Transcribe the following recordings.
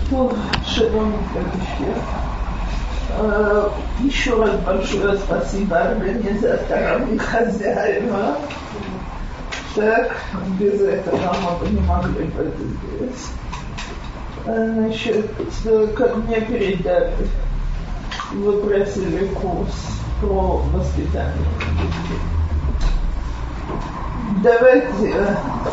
Шалом, еще раз большое спасибо организаторам и хозяевам. Так, без этого мы бы не могли бы это сделать. Значит, как мне передали, вы просили курс про воспитание. Давайте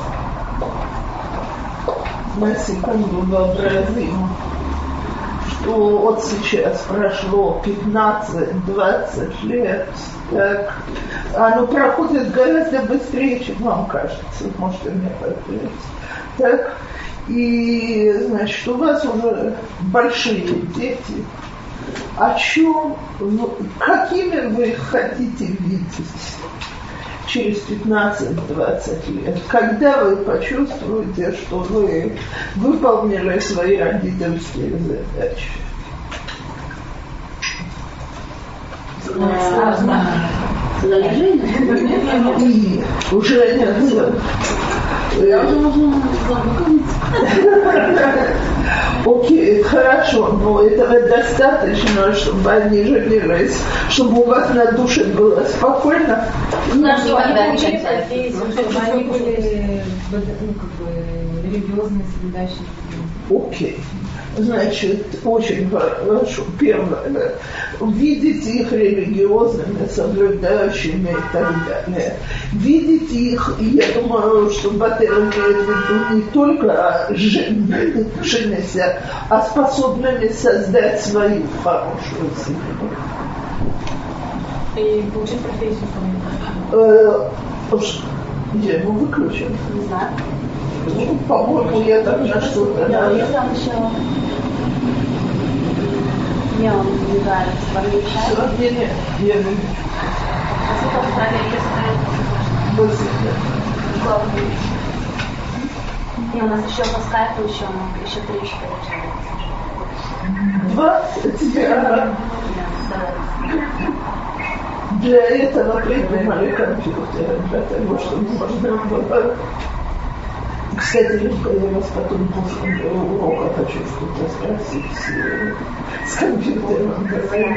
на секунду вообразим, что вот сейчас прошло 15-20 лет, так, оно проходит гораздо быстрее, чем вам кажется, можете мне поверить. Так, и, значит, у вас уже большие дети. О чем, какими вы их хотите видеть через 15-20 лет? Когда вы почувствуете, что вы выполнили свои родительские задачи? И уже нет. Я уже могу выполнить. Окей, хорошо, но этого достаточно, чтобы они женились, чтобы у вас на душе было спокойно. Чтобы они были религиозные, соблюдающие. Окей. Значит, очень хорошо. Первое, видите их религиозными, соблюдающими и так далее. Видите их, и я думаю, что Батэр имеет в виду не только женщинами, а способными создать свою хорошую семью. И получить профессию. Я его выключил. Не знаю. Ну, по-моему, я там на что-то... Да, я там еще... Мне он не нравится. Вам не мешает? Нет, я не вижу. А сколько проверки Главное. И у нас еще по скайпу еще 3-4 человека. 20? Для этого придумали компьютеры, для того, чтобы можно было... Кстати, Любка, я вас потом после урока хочу что-то спросить с компьютером.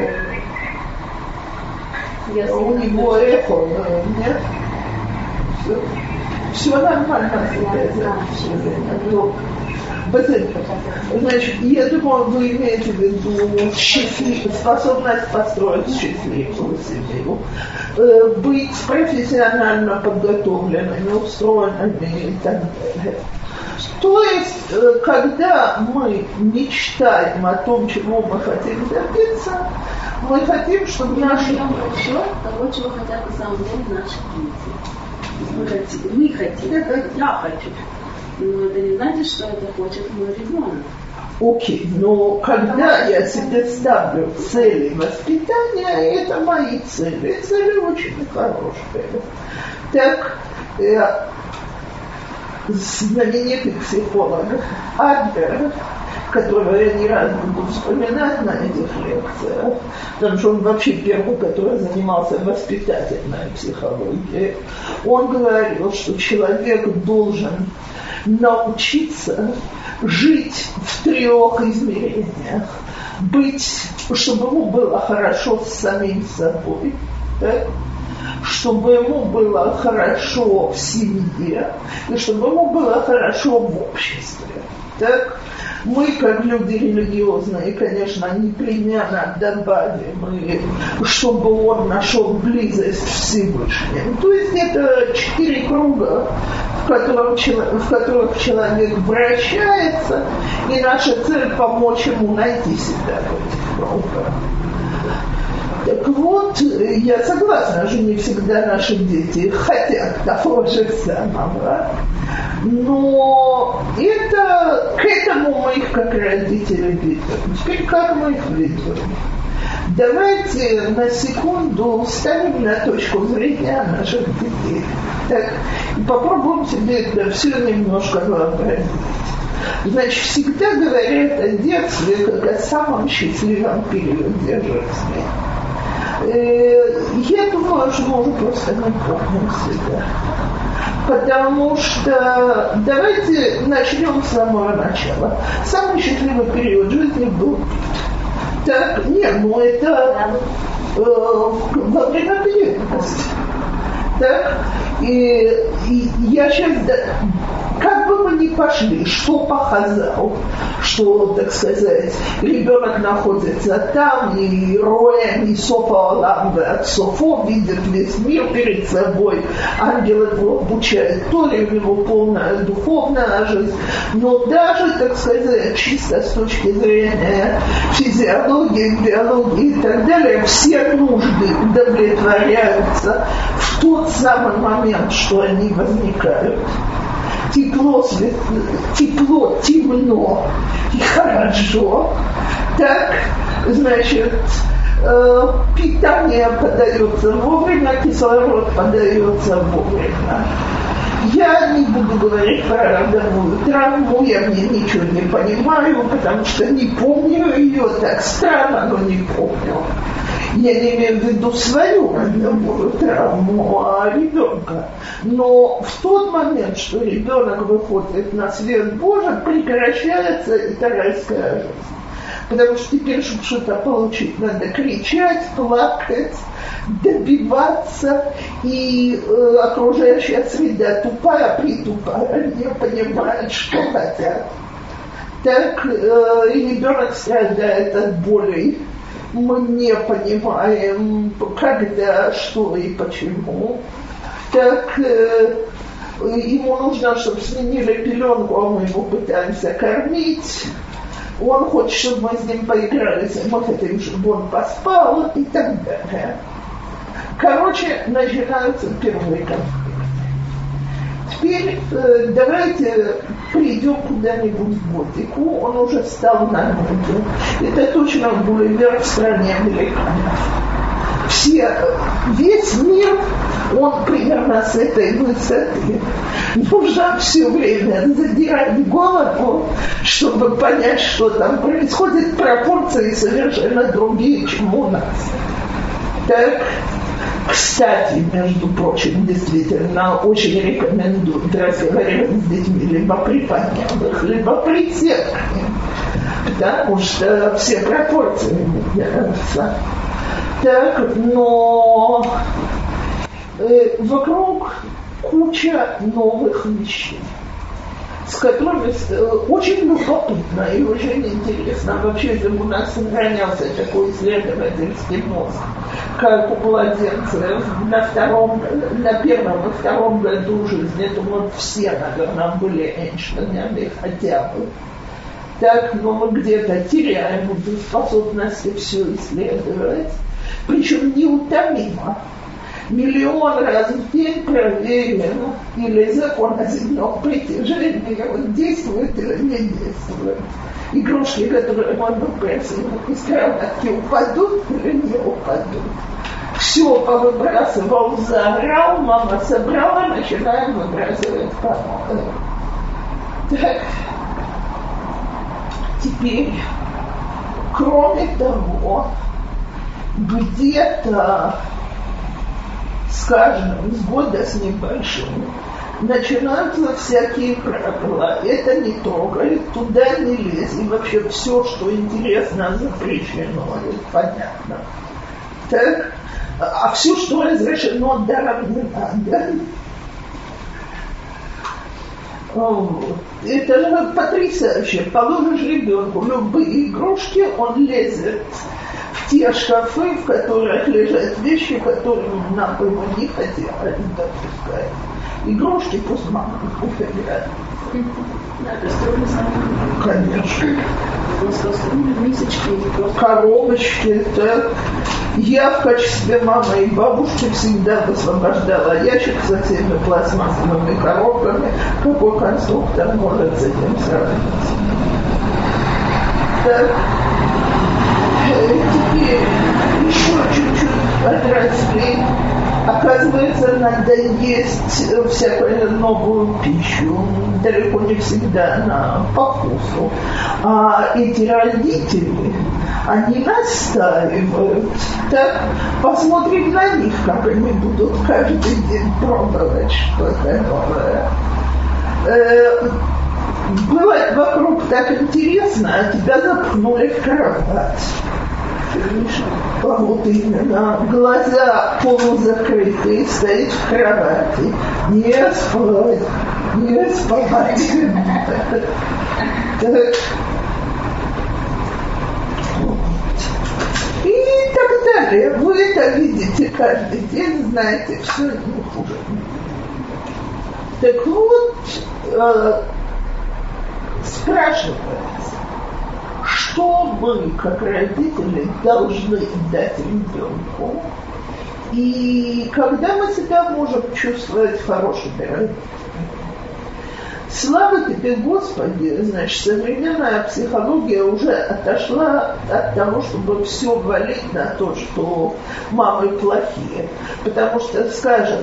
У него эхо, нет? Все нормально. Значит, я думаю, вы имеете в виду способность построить счастливую семью, быть профессионально подготовленными, устроенными и так далее. То есть, когда мы мечтаем о том, чего мы хотим добиться, мы хотим, чтобы наши... Все того, чего хотят на самом деле наши дети. Мы хотим, я хочу. Но это не значит, что это хочет мой ребенок. Окей, но когда я себе ставлю цели воспитания, это мои цели. Цели очень хорошие. Так, знаменитый психолог Адлер, которого я не раз буду вспоминать на этих лекциях, потому что он вообще первый, который занимался воспитательной психологией, он говорил, что человек должен научиться жить в 3 измерениях, быть, чтобы ему было хорошо с самим собой, так? Чтобы ему было хорошо в семье и чтобы ему было хорошо в обществе. Так? Мы, как люди религиозные, конечно, непременно добавим, чтобы он нашел близость с Всевышним. То есть это 4 круга, в которых человек вращается, и наша цель помочь ему найти себя в этих кругах. Так вот, я согласна, что не всегда наши дети хотят того же самого, но к этому мы их как родители ведем. Теперь как мы их ведем? Давайте на секунду вставим на точку зрения наших детей. Так, и попробуем себе это все немножко вообразить. Значит, всегда говорят о детстве как о самом счастливом периоде жизни. Я думаю, что мы уже просто не помним себя. Потому что давайте начнем с самого начала. Самый счастливый период Так, нет, ну это во время беременности. Так, и я сейчас, как бы мы ни пошли, что по Хазалу, что, так сказать, ребенок находится там, и Роем, и Софа Оламбе от Софо видит весь мир перед собой, ангел его обучает, то ли у него полная духовная жизнь, но даже, так сказать, чисто с точки зрения физиологии, биологии и так далее, все нужды удовлетворяются в тот самый момент, что они возникают. Тепло, темно и хорошо. Так, значит, питание подается вовремя, кислород подается вовремя. Я не буду говорить про родовую травму, я в ней ничего не понимаю, потому что не помню ее, так странно, но не помню. Я не имею в виду свою родовую травму, а ребенка. Но в тот момент, что ребенок выходит на свет Божий, прекращается эта райская жизнь. Потому что теперь, чтобы что-то получить, надо кричать, плакать, добиваться, и окружающая среда тупая, притупая, не понимает, что хотят. Так и ребенок страдает от болей. Мы не понимаем, когда, что и почему. Так ему нужно, чтобы сменили пеленку, а мы его пытаемся кормить. Он хочет, чтобы мы с ним поигрались, мы хотим, чтобы он поспал и так далее. Короче, начинаются первые конфликты. Теперь давайте придем куда-нибудь в Готику, он уже стал на ноги. Это точно Гулливер в стране американцев. Весь мир, он примерно с этой высоты. Нужно все время задирать голову, чтобы понять, что там происходит. Пропорции совершенно другие, чем у нас. Так, кстати, между прочим, действительно, очень рекомендую разговаривать с детьми либо при поднятых, либо при сетке, потому что все пропорции меняются. Так, но вокруг куча новых вещей, с которыми очень любопытно и очень интересно. Вообще, если бы у нас сохранялся такой исследовательский мозг, как у младенцев на первом и втором году жизни, то мы все, наверное, были Эйнштейнами хотя бы. Так, но мы где-то теряем эту способность все исследовать, причем неутомимо. Миллион раз в день проверим, или закон о земном притяжении, он действует или не действует. Игрушки, которые мы выбросим из кроватки, упадут или не упадут. Все повыбрасывал, заорал, мама собрала, начинаем выбрасывать по-новому. Так, теперь, кроме того, где-то, скажем, с года с небольшим, начинаются всякие правила. Это не трогай, туда не лезь. И вообще все, что интересно, запрещено. Это понятно. Так? А все, что разрешено, даром не надо. Это же потрясающе. Положишь ребенку любые игрушки, он лезет в те шкафы, в которых лежат вещи, которые нам бы ему не хотелось допускать. Игрушки пусть мама их играет. Да, кастрюли сами. Конечно. Мисочки, коробочки. Так. Я в качестве мамы и бабушки всегда высвобождала ящик со всеми пластмассовыми коробками. Какой конструктор может с этим сравниться? Так. Теперь еще чуть-чуть отросли. Оказывается, надо есть всякую новую пищу. Далеко не всегда она по вкусу. А эти родители, они настаивают. Так, посмотрим на них, как они будут каждый день пробовать что-то новое. Бывает вокруг так интересно, а тебя запхнули в кровать. Вот именно. Глаза полузакрытые, стоит в кровати. Не спать. Не спать. И так далее. Вы это видите каждый день, знаете, все не хуже. Так вот, спрашивается, что мы, как родители, должны дать ребенку, и когда мы себя можем чувствовать хорошими родителями. Слава тебе, Господи, значит, современная психология уже отошла от того, чтобы все валить на то, что мамы плохие. Потому что, скажем,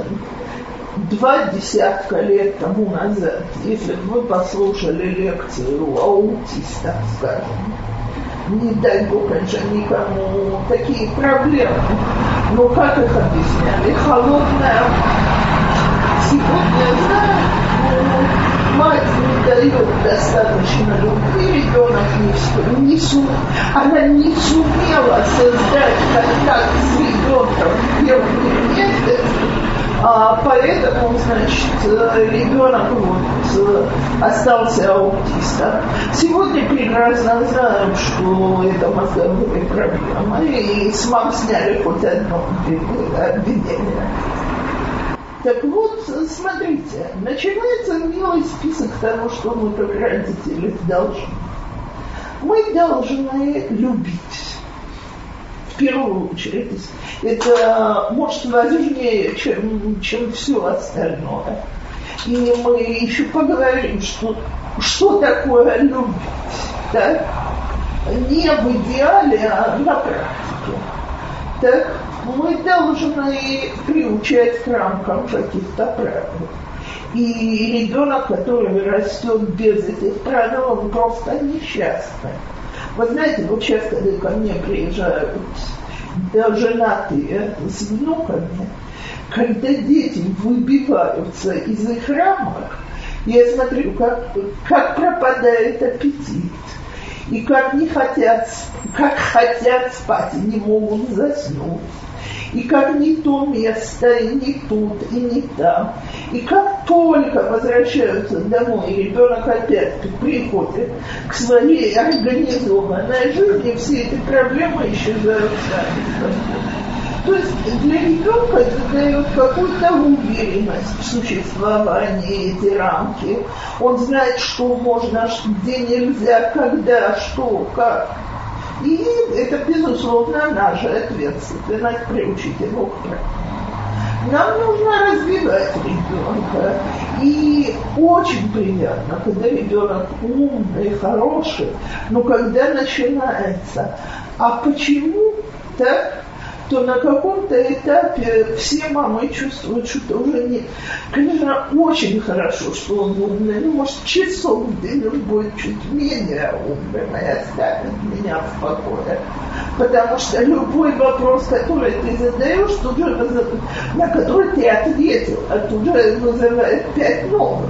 20 лет тому назад, если бы вы послушали лекцию аутистов, скажем, не дай Бог, конечно, никому такие проблемы, но как их объясняли? Холодная сегодня, знаю, мать не дает достаточно любви, ребенок она не сумела создать контакт с ребенком в первый месяц, поэтому, значит, ребенок остался аутистом. Сегодня прекрасно знаем, что это мозговые проблемы, и с мам сняли хоть одно обвинение. Так вот, смотрите, начинается милый список того, что мы как родители должны. Мы должны любить. В первую очередь. Это, может, важнее, чем все остальное. И мы еще поговорим, что такое любить. Да? Не в идеале, а на практике. Так? Мы должны приучать к рамкам каких-то правил. И ребенок, который растет без этих правил, он просто несчастный. Вы знаете, вот сейчас, когда ко мне приезжают женатые с внуками, когда дети выбиваются из их рамок, я смотрю, как пропадает аппетит. И как хотят спать и не могут заснуть. И как не то место, и не тут, и не там. И как только возвращаются домой, и ребенок опять приходит к своей организованной жизни, все эти проблемы исчезают сами. То есть для ребенка это дает какую-то уверенность в существовании эти рамки. Он знает, что можно, где нельзя, когда, что, как. И это, безусловно, наша ответственность приучить его к правилам. Нам нужно развивать ребенка. И очень приятно, когда ребенок умный, хороший, но когда начинается, а почему так? То на каком-то этапе все мамы чувствуют, что уже нет. Конечно, очень хорошо, что он умный. Ну, может, часов в день он будет чуть менее умным и оставит меня в покое. Потому что любой вопрос, который ты задаешь, тут же на который ты ответил, а тут же вызывает 5 новых.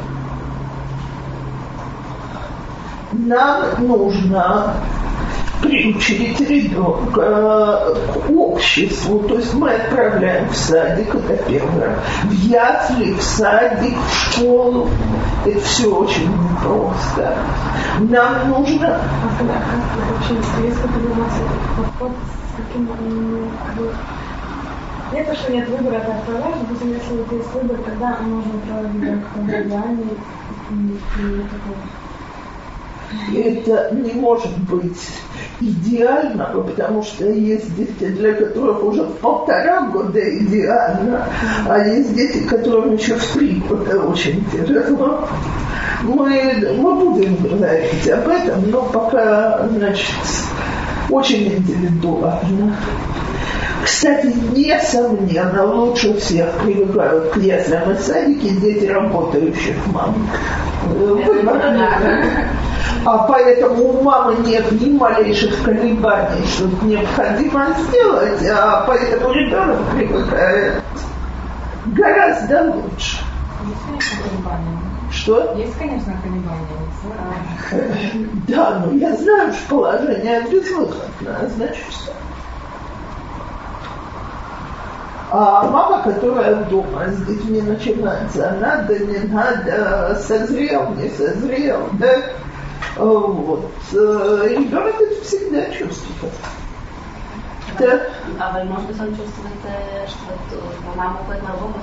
Нам нужно приучить ребенка к обществу. То есть мы отправляем в садик, это первое, в ясли, в садик, в школу. Это все очень непросто. Нам нужно... Очень интересно подниматься этот подход, с каким... Не то, что нет выбора, ты отправляешь, допустим, если вот есть выбор, тогда можно отправить ребенка в идеальный и такой... Это не может быть идеального, потому что есть дети, для которых уже в 1,5 года идеально, а есть дети, которым еще в 3 года очень тяжело. Мы будем говорить об этом, но пока, значит, очень индивидуально. Кстати, несомненно, лучше всех привыкают к яслям и садике дети работающих мам. А поэтому у мамы нет ни малейших колебаний, что необходимо сделать, а поэтому ребенок привыкает гораздо лучше. Что? Есть, конечно, колебания. Да, но я знаю, что положение безвыходное, значит все. А мама, которая дома с детьми начинается, надо, не надо, созрел, не созрел, да? Вот. Ребенок это всегда чувствует. Да. אבל может быть он чувствует, что мама уходит на работу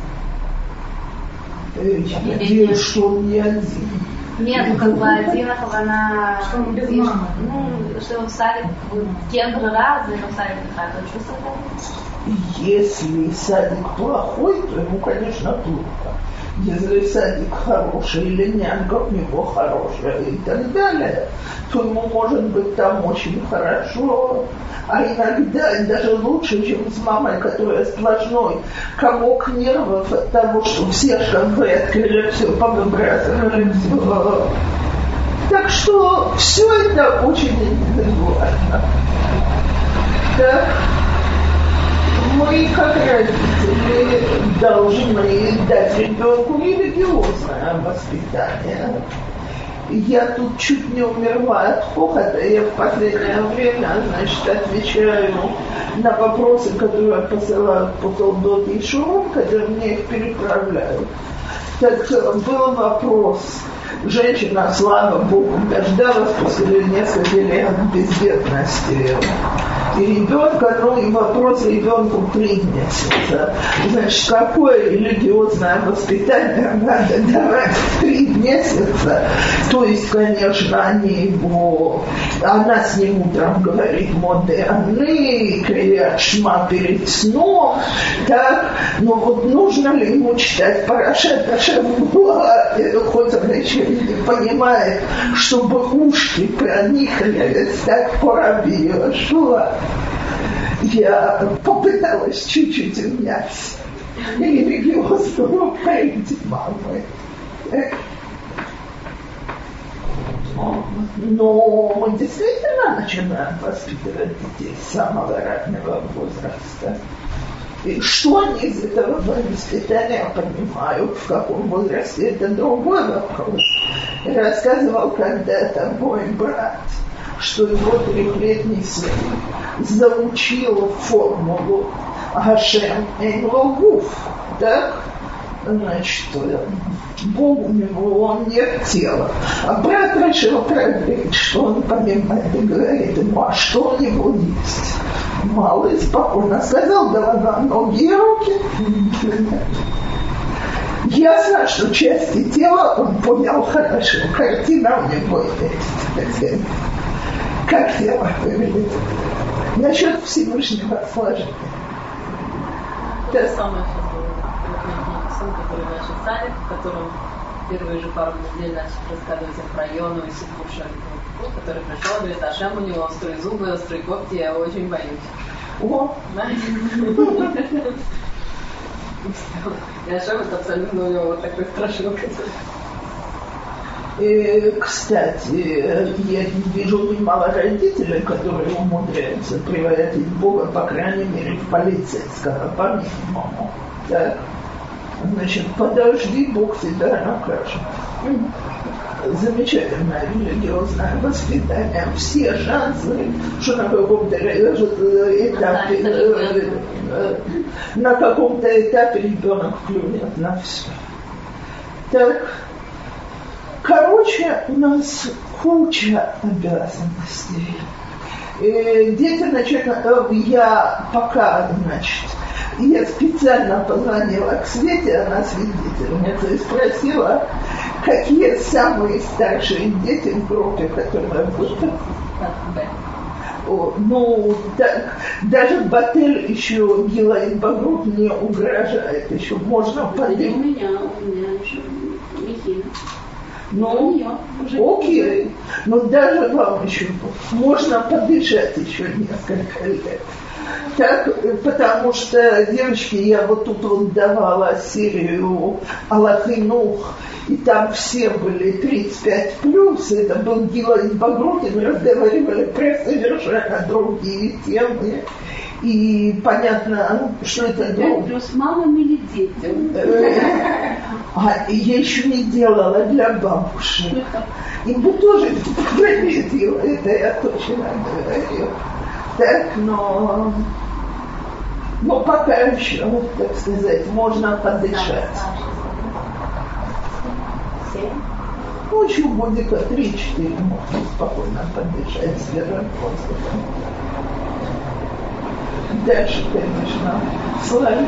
с Я надеюсь, что он не один. Нет, ну как бы один, она... Что он без мамы. Ну, что он в садик, гендер разный, но в садик он чувствует это? Если садик плохой, то ему, конечно, плохо. Если садик хороший или нянька у него хорошая и так далее, то ему может быть там очень хорошо, а иногда даже лучше, чем с мамой, которая сплошной комок нервов от того, что все шкафы открыли, все повыбрасывали, все. Так что все это очень индивидуально. Так. Мы, как родители, должны дать ребенку религиозное воспитание. Я тут чуть не умерла от хохота. Я в последнее время, отвечаю на вопросы, которые посылают по Толдот и Шурун, когда мне их переправляют. Так был вопрос. Женщина, слава Богу, дождалась после нескольких лет бездетности. И ребенка, и вопрос ребенку 3 месяца. Значит, какое религиозное воспитание надо давать в 3 месяца? То есть, конечно, она с ним утром говорит модерны, кричат шма перед сном, так, но вот нужно ли ему читать Парашат Ашевуа, хоть он еще не понимает, чтобы ушки проникли так по Раби Йошуа. Я попыталась чуть-чуть унять религиозную парадигму. Но мы действительно начинаем воспитывать детей с самого раннего возраста. И что они из этого воспитания понимают, в каком возрасте, это другой вопрос. Рассказывал когда-то мой брат, что его 3-летний сын заучил формулу Гашем эйн ло гуф, так? Значит, Бог у него, он нет тела. А брат решил проверить, что он понимает, и говорит ему, а что у него есть? Малый спокойно сказал, да ноги и руки. Ясно, что части тела он понял хорошо. Картина у него есть. Как тело выглядит. Насчет Всевышнего сложения. То самое сейчас было. Сын, который начал садик, в котором первые же пару недель начал рассказывать про Йону и Сипуша, который пришел, говорит, Ашем у него острые зубы, острые когти, я очень боюсь. О! И Ашем это абсолютно у него вот такой страшный. Кстати, я вижу немало родителей, которые умудряются превратить Бога, по крайней мере, в полицейского, по минимуму. Так? Значит, подожди, Бог тебя накажет. Замечательное религиозное воспитание. Все шансы, что на каком-то этапе ребенок клюнет на все. Так. Короче, у нас куча обязанностей. Дети, я пока, я специально позвонила к Свете, она свидетельница, и спросила, какие самые старшие дети в группе, которые будут. Ну, так, даже Батель еще Гилаид Багрут не угрожает, еще можно подумать. У меня еще Михина. Ну, окей, но даже вам еще можно подышать еще несколько лет. Так, потому что, девочки, я вот тут вот давала серию Аллахинух, и там все были 35+, это был Гилаид Багрут, и мы разговаривали про совершенно другие темы. И понятно, что это плюс мамам или детям. А я еще не делала для бабушек. Им бы тоже проверила, это я точно говорю. Так, но пока еще, так сказать, можно подышать. Ну, еще годика 3-4 можно спокойно подышать с первым воздухом. Дальше, конечно, сложнее.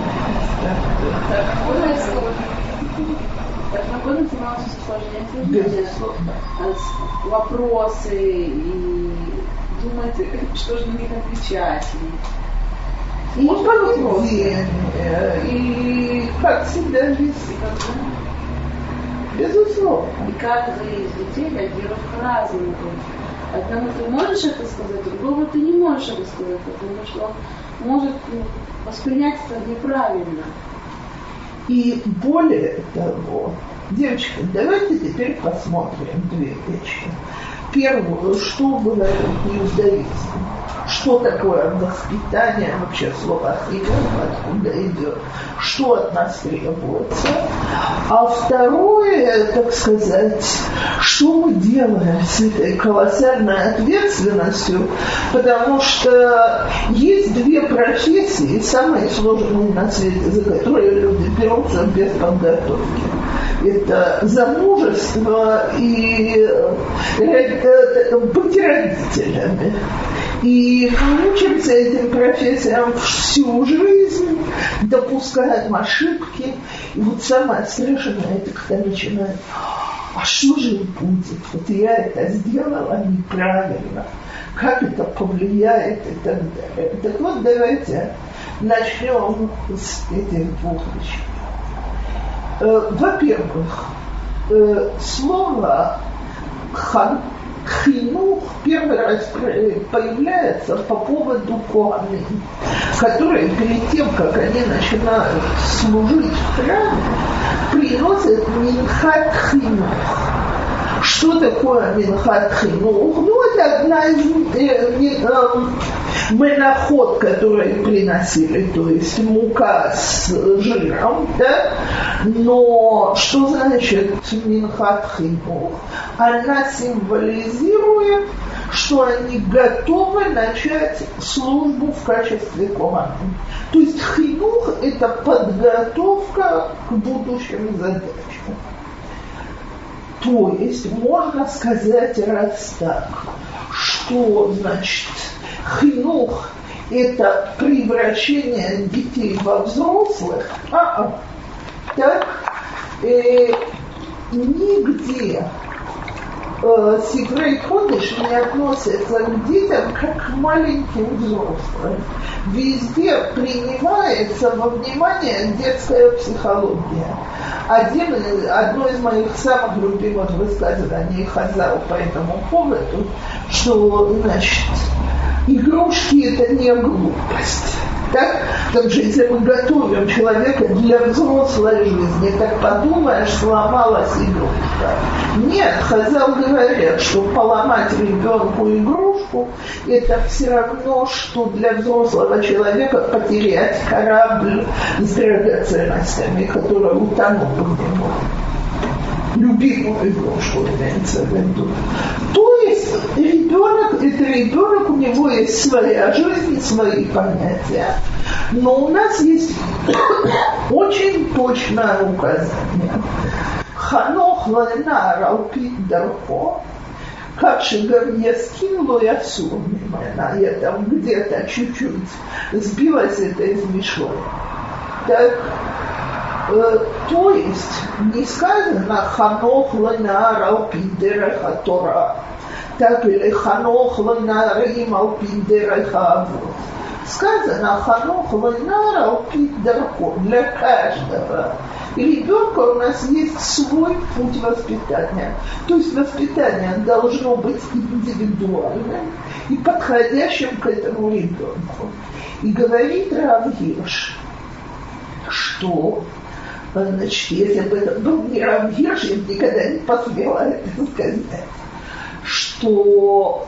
Так, года занимался усложнять Безусловно. Вопросы и думать, что же на них отвечать. И поведение, и как себя вести. Безусловно. И каждый из детей реагирует по-разному. Одному ты можешь это сказать, другому ты не можешь это сказать, потому что он может воспринять это неправильно. И более того, девочки, давайте теперь посмотрим две вещи. Первое, что говорит иудаизм, что такое воспитание, вообще слово «хинух», откуда идет, что от нас требуется. А второе, так сказать, что мы делаем с этой колоссальной ответственностью, потому что есть две профессии, самые сложные на свете, за которые люди берутся без подготовки. Это замужество и быть родителями. И мы учимся этим профессиям всю жизнь, допускаем ошибки. И вот самое страшное, это когда начинают, а что же будет? Вот я это сделала неправильно. Как это повлияет и так далее. Так вот, давайте начнем с этих двух вещей. Во-первых, слово хинух первый раз появляется по поводу коаним, которые перед тем, как они начинают служить в храме, приносят минхат хинух. Что такое минхат хинух? Ну, это одна из менахот, которые приносили, то есть мука с жиром, да? Но что значит минхат хинух? Она символизирует, что они готовы начать службу в качестве коаним. То есть хинух – это подготовка к будущим задачам. То есть можно сказать раз так, что значит хинух – это превращение детей во взрослых, так нигде Сифрей Ходеш не относится к детям как к маленьким взрослым. Везде принимается во внимание детская психология. Одно из моих самых любимых высказываний Хазал по этому поводу, что, значит, игрушки – это не глупость. Так? Так же, если мы готовим человека для взрослой жизни, так подумаешь, сломалась игрушка. Нет, Хазал говорят, что поломать ребенку игрушку – это все равно, что для взрослого человека потерять корабль с драгоценностями, который утонул в нему. Любимую игрушку имеется в виду. То есть ребенок – это ребенок, у него есть своя жизнь, свои понятия. Но у нас есть очень точное указание. Ханох лайнар алпит дархо, как шигар яскин ло ясур мимена. Я там где-то чуть-чуть сбилась это из мишлы. Так, то есть не сказано ханох лайнар алпит дереха Тора, так или ханох лайнар им алпит дереха авот. Сказано ханох лайнар алпит дархо, для каждого ребенка у нас есть свой путь воспитания. То есть воспитание должно быть индивидуальным и подходящим к этому ребенку. И говорит Рав Гирш, что, значит, если бы это был не Рав Гирш, я бы никогда не посмела это сказать, что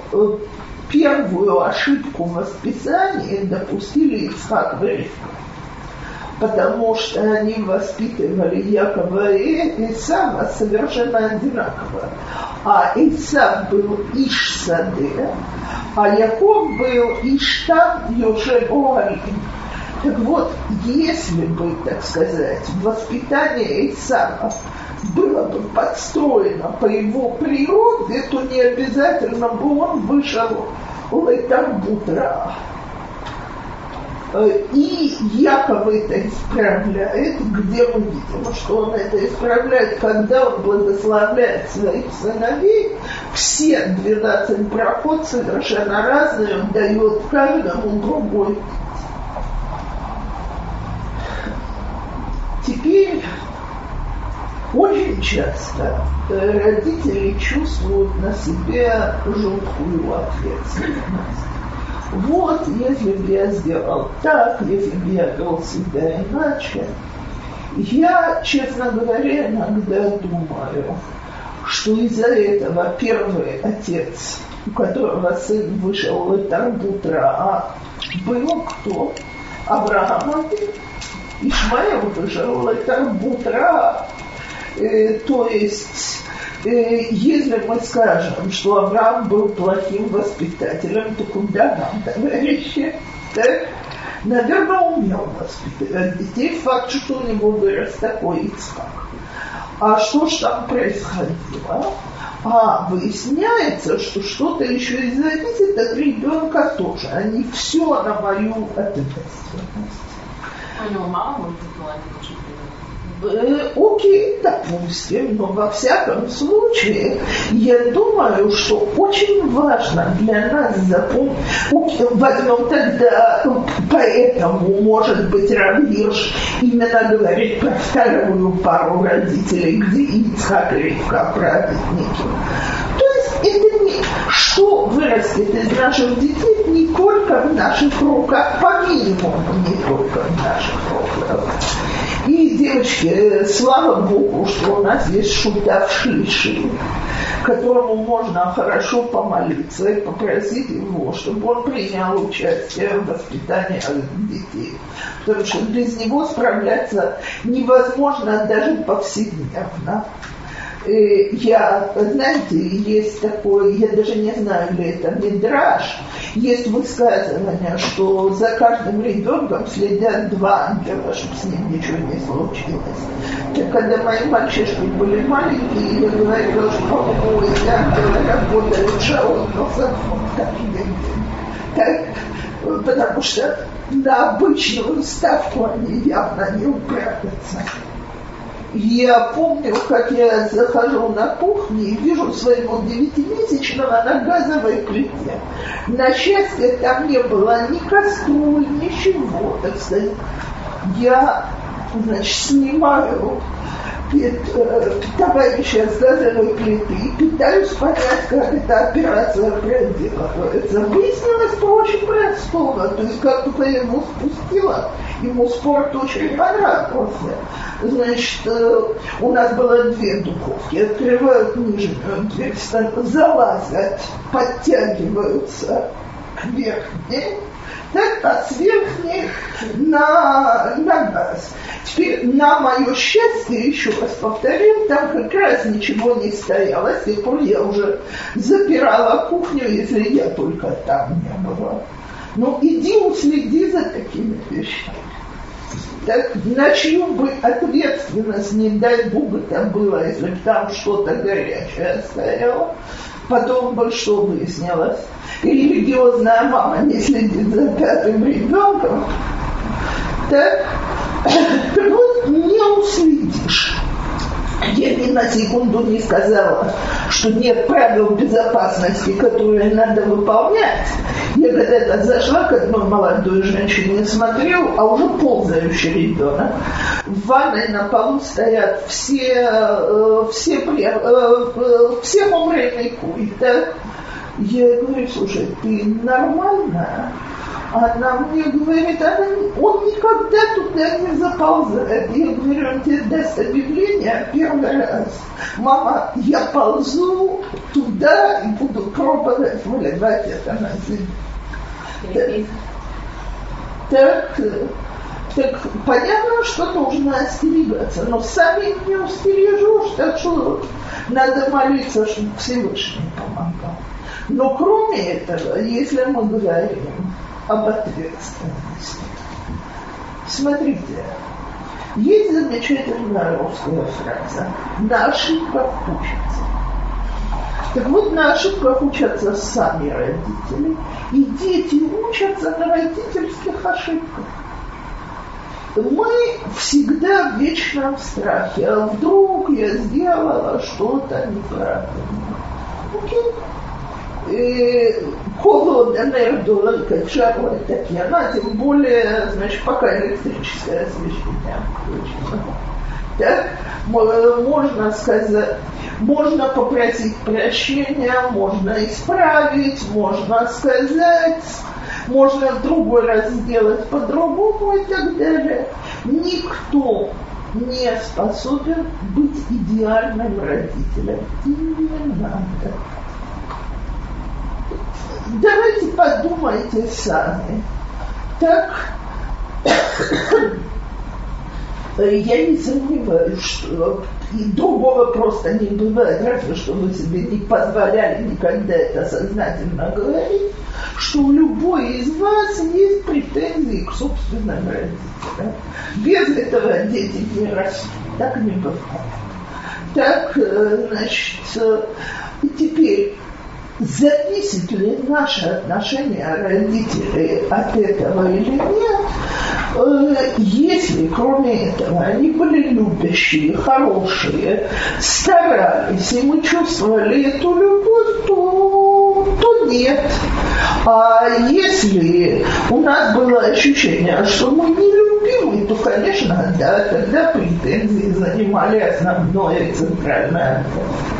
первую ошибку в воспитании допустили Ицхак и Ривка. потому что они воспитывали Якова и Исава совершенно одинаково. А Исав был Иш-Саде, а Яков был Иштам Йошеб-Оалим. Так вот, если бы, так сказать, воспитание Исава было бы подстроено по его природе, то не обязательно бы он вышел Летарбутра. И Яков это исправляет, где мы видим, что он это исправляет, когда он благословляет своих сыновей, все 12 проход совершенно разные, он дает каждому другой. Теперь очень часто родители чувствуют на себе жуткую ответственность. Вот, если бы я сделал так, если бы я вел себя иначе, я, честно говоря, иногда думаю, что из-за этого первый отец, у которого сын вышел в Тарбутра, был кто? Авраам. Ишмаил вышел в Тарбутра. То есть, если мы скажем, что Авраам был плохим воспитателем, то куда нам, товарищи? Так? Наверное, умел воспитывать детей. Факт, что у него вырос такой Ицхак. А что ж там происходило? Выясняется, что что-то еще и зависит от ребенка тоже. Они все на мою ответственность. У него мама может была не очень. Окей, допустим, но во всяком случае, я думаю, что очень важно для нас запомнить, возьмем тогда, поэтому, может быть, Рав Гирш именно говорит про вторую пару родителей, где Ицхак и Ривка праведники. То есть это не, что вырастет из наших детей не только в наших руках, по минимуму не только в наших руках. И, девочки, слава Богу, что у нас есть шутав Шлиши, которому можно хорошо помолиться и попросить его, чтобы он принял участие в воспитании детей. Потому что без него справляться невозможно даже повседневно. Знаете, есть такое, я даже не знаю, ли это мидраш, есть высказывание, что за каждым ребенком следят два ангела, чтобы с ним ничего не случилось. Так, когда мои мальчишки были маленькие, я говорила, что, по-моему, эти ангелы работают шаон, но каждый день. Так, потому что на обычную ставку они явно не управятся. Я помню, как я захожу на кухню и вижу своего 9-месячного на газовой плите. На счастье, там не было ни кастрюль, ничего, так сказать. Я, снимаю товарища с газовой плиты и пытаюсь понять, как эта операция проделывается. Выяснилось по очень простого. То есть, как только я его спустила, ему спорт очень понравился. У нас было 2 духовки. Открывают нижнюю дверь, залазят, подтягиваются к верхней, так, а с верхней на газ. Теперь, на мое счастье, еще раз повторим, там как раз ничего не стояло. С тех пор я уже запирала кухню, если я только там не была. Ну, иди уследи за такими вещами. Так, на чью бы ответственность, не дай Бог, это было, если бы там что-то горячее стояло. Потом бы что выяснилось? Религиозная мама не следит за 5-м ребенком. Так вот, не уследишь. Я ни на секунду не сказала, что нет правил безопасности, которые надо выполнять. Я когда-то зашла к одной молодой женщине, смотрела, а уже ползающий ребенок. В ванной на полу стоят все умеренные куи. Я говорю, слушай, ты нормальная? Она мне говорит, он никогда туда не заползает. Я говорю, он тебе даст объявление первый раз. Мама, я ползу туда и буду пробовать выливать это на землю. Так, Так понятно, что нужно остерегаться, но сами не устережешь, так что надо молиться, чтобы Всевышний помогал. Но кроме этого, если мы говорим об ответственности, смотрите, есть замечательная русская фраза «на ошибках учатся». Так вот, на ошибках учатся сами родители, и дети учатся на родительских ошибках. Мы всегда в вечном страхе, а вдруг я сделала что-то неправильно. Окей. Холодно, нервно, как жарко, так и она, тем более, значит, пока электрическое освещение включено. Так, можно сказать, можно попросить прощения, можно исправить, можно сказать, можно в другой раз сделать по-другому и так далее. Никто не способен быть идеальным родителем. И не надо. Давайте подумайте сами. Так, я не сомневаюсь, что и другого просто не бывает, разве что вы себе не позволяли никогда это сознательно говорить, что у любой из вас есть претензии к собственным родителям. Без этого дети не растут, так не бывает. Так, значит, теперь зависит ли наше отношение родителей от этого или нет, если кроме этого они были любящие, хорошие, старались, и мы чувствовали эту любовь, то нет. А если у нас было ощущение, что мы не любимы, то, конечно, да, тогда претензии занимали основное и центральное место.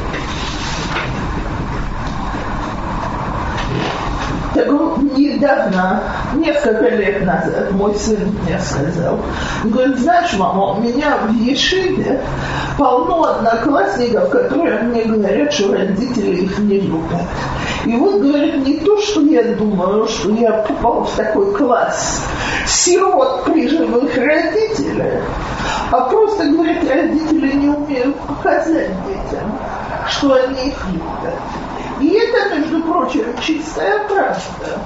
Так недавно, несколько лет назад, мой сын мне сказал, он говорит, знаешь, мама, у меня в Ешиве полно одноклассников, которые мне говорят, что родители их не любят. И вот, говорит, не то, что я думаю, что я попал в такой класс сирот при живых родителях, а просто, говорит, родители не умеют показать детям, что они их любят. И это, между прочим, чистая правда.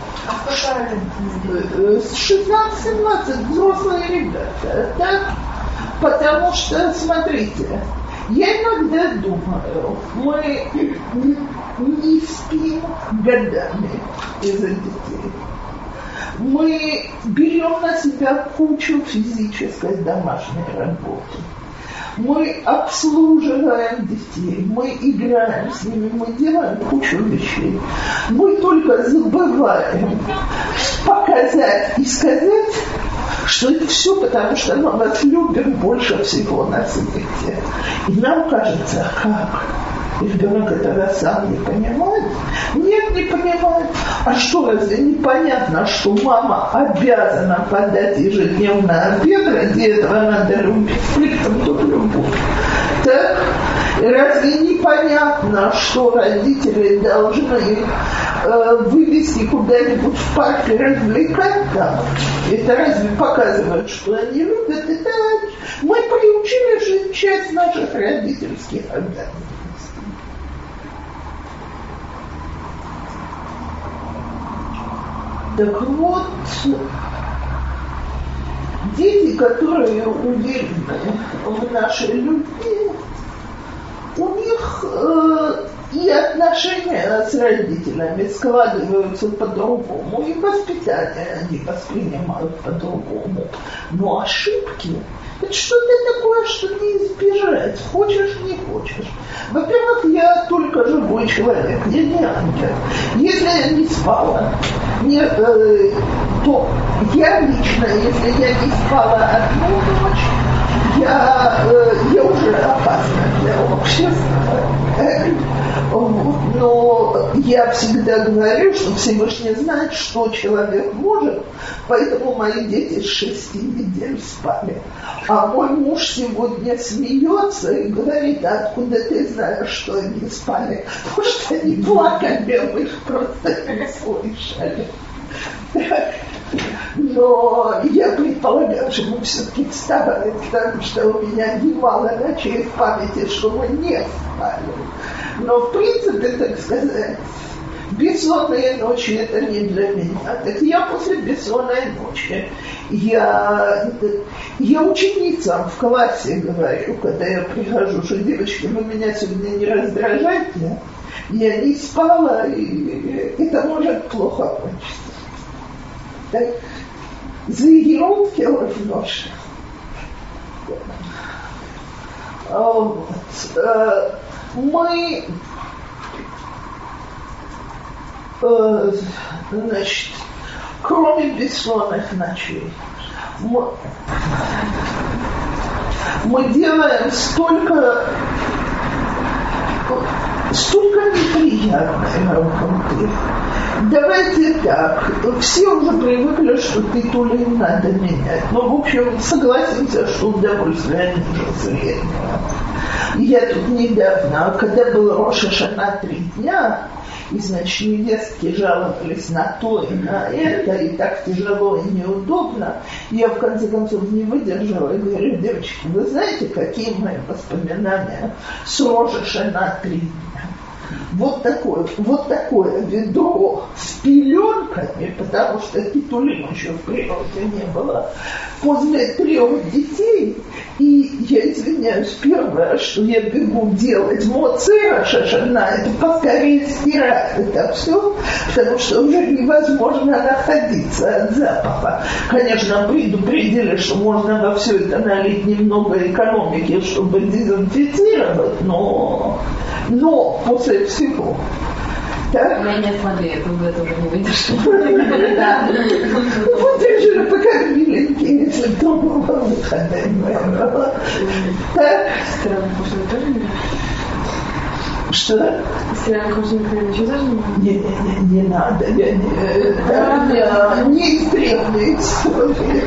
С 16-17 взрослые ребята, так? Потому что, смотрите, я иногда думаю, мы не спим годами из-за детей. Мы берем на себя кучу физической домашней работы. Мы обслуживаем детей, мы играем с ними, мы делаем кучу вещей. Мы только забываем показать и сказать, что это все потому, что мы вас любим больше всего на свете. И нам кажется, как? Ребенок этого сам не понимает? Нет, не понимает. А что, разве непонятно, что мама обязана подать ежедневно обед, ради этого надо любить, фриктом тут любовь. Так? Разве непонятно, что родители должны вывести куда-нибудь в парк и развлекать там? Это разве показывает, что они любят? Это мы приучили жить часть наших родительских обязанностей. Так вот, дети, которые уверены в нашей любви, у них и отношения с родителями складываются по-другому, и воспитание они воспринимают по-другому. Но ошибки – это что-то такое, что не избежать, хочешь, не хочешь. Во-первых, я только живой человек, я не ангел. Если я не спала, то я лично, если я не спала одну ночь, я уже опасна для общества. Но я всегда говорю, что Всевышний знает, что человек может, поэтому мои дети с 6 недель спали. А мой муж сегодня смеется и говорит, откуда ты знаешь, что они спали? Потому что они плакали, мы их просто не слышали. Но я предполагаю, что мы все-таки вставали, потому что у меня немало ночей в памяти, что мы не спали. Но в принципе, так сказать, бессонные ночи это не для меня. Так я после бессонной ночи, я ученицам в классе говорю, когда я прихожу, что девочки, вы меня сегодня не раздражайте, я не спала, и это может плохо кончиться. Так, заигрут в нож. Мы, значит, кроме бессонных ночей, мы делаем столько неприятной работы. Давайте так, все уже привыкли, что титулы надо менять. Но, в общем, согласимся, что удовольствие ниже среднего. Я тут недавно, когда был Рош ха-Шана 3 дня, и, значит, невестки жаловались на то и на это, и так тяжело и неудобно, я, в конце концов, не выдержала и говорю: девочки, вы знаете, какие мои воспоминания с Рош ха-Шана 3 дня? Вот такое ведро с пеленками, потому что титулим еще в природе не было, после 3 детей, и я извиняюсь, первое, что я бегу делать моцей Рош ха-Шана, это поскорее стирать это все, потому что уже невозможно находиться от запаха. Конечно, предупредили, что можно во все это налить немного экономики, чтобы дезинфицировать, но после всего. Так? Я не смотри, это уже не выдержишь. Вот их же пока миленькие, если то было выхода. Так? Стиральных машин тоже не надо? Что? Стиральных машин еще тоже не надо? Не надо. Я не из древней истории.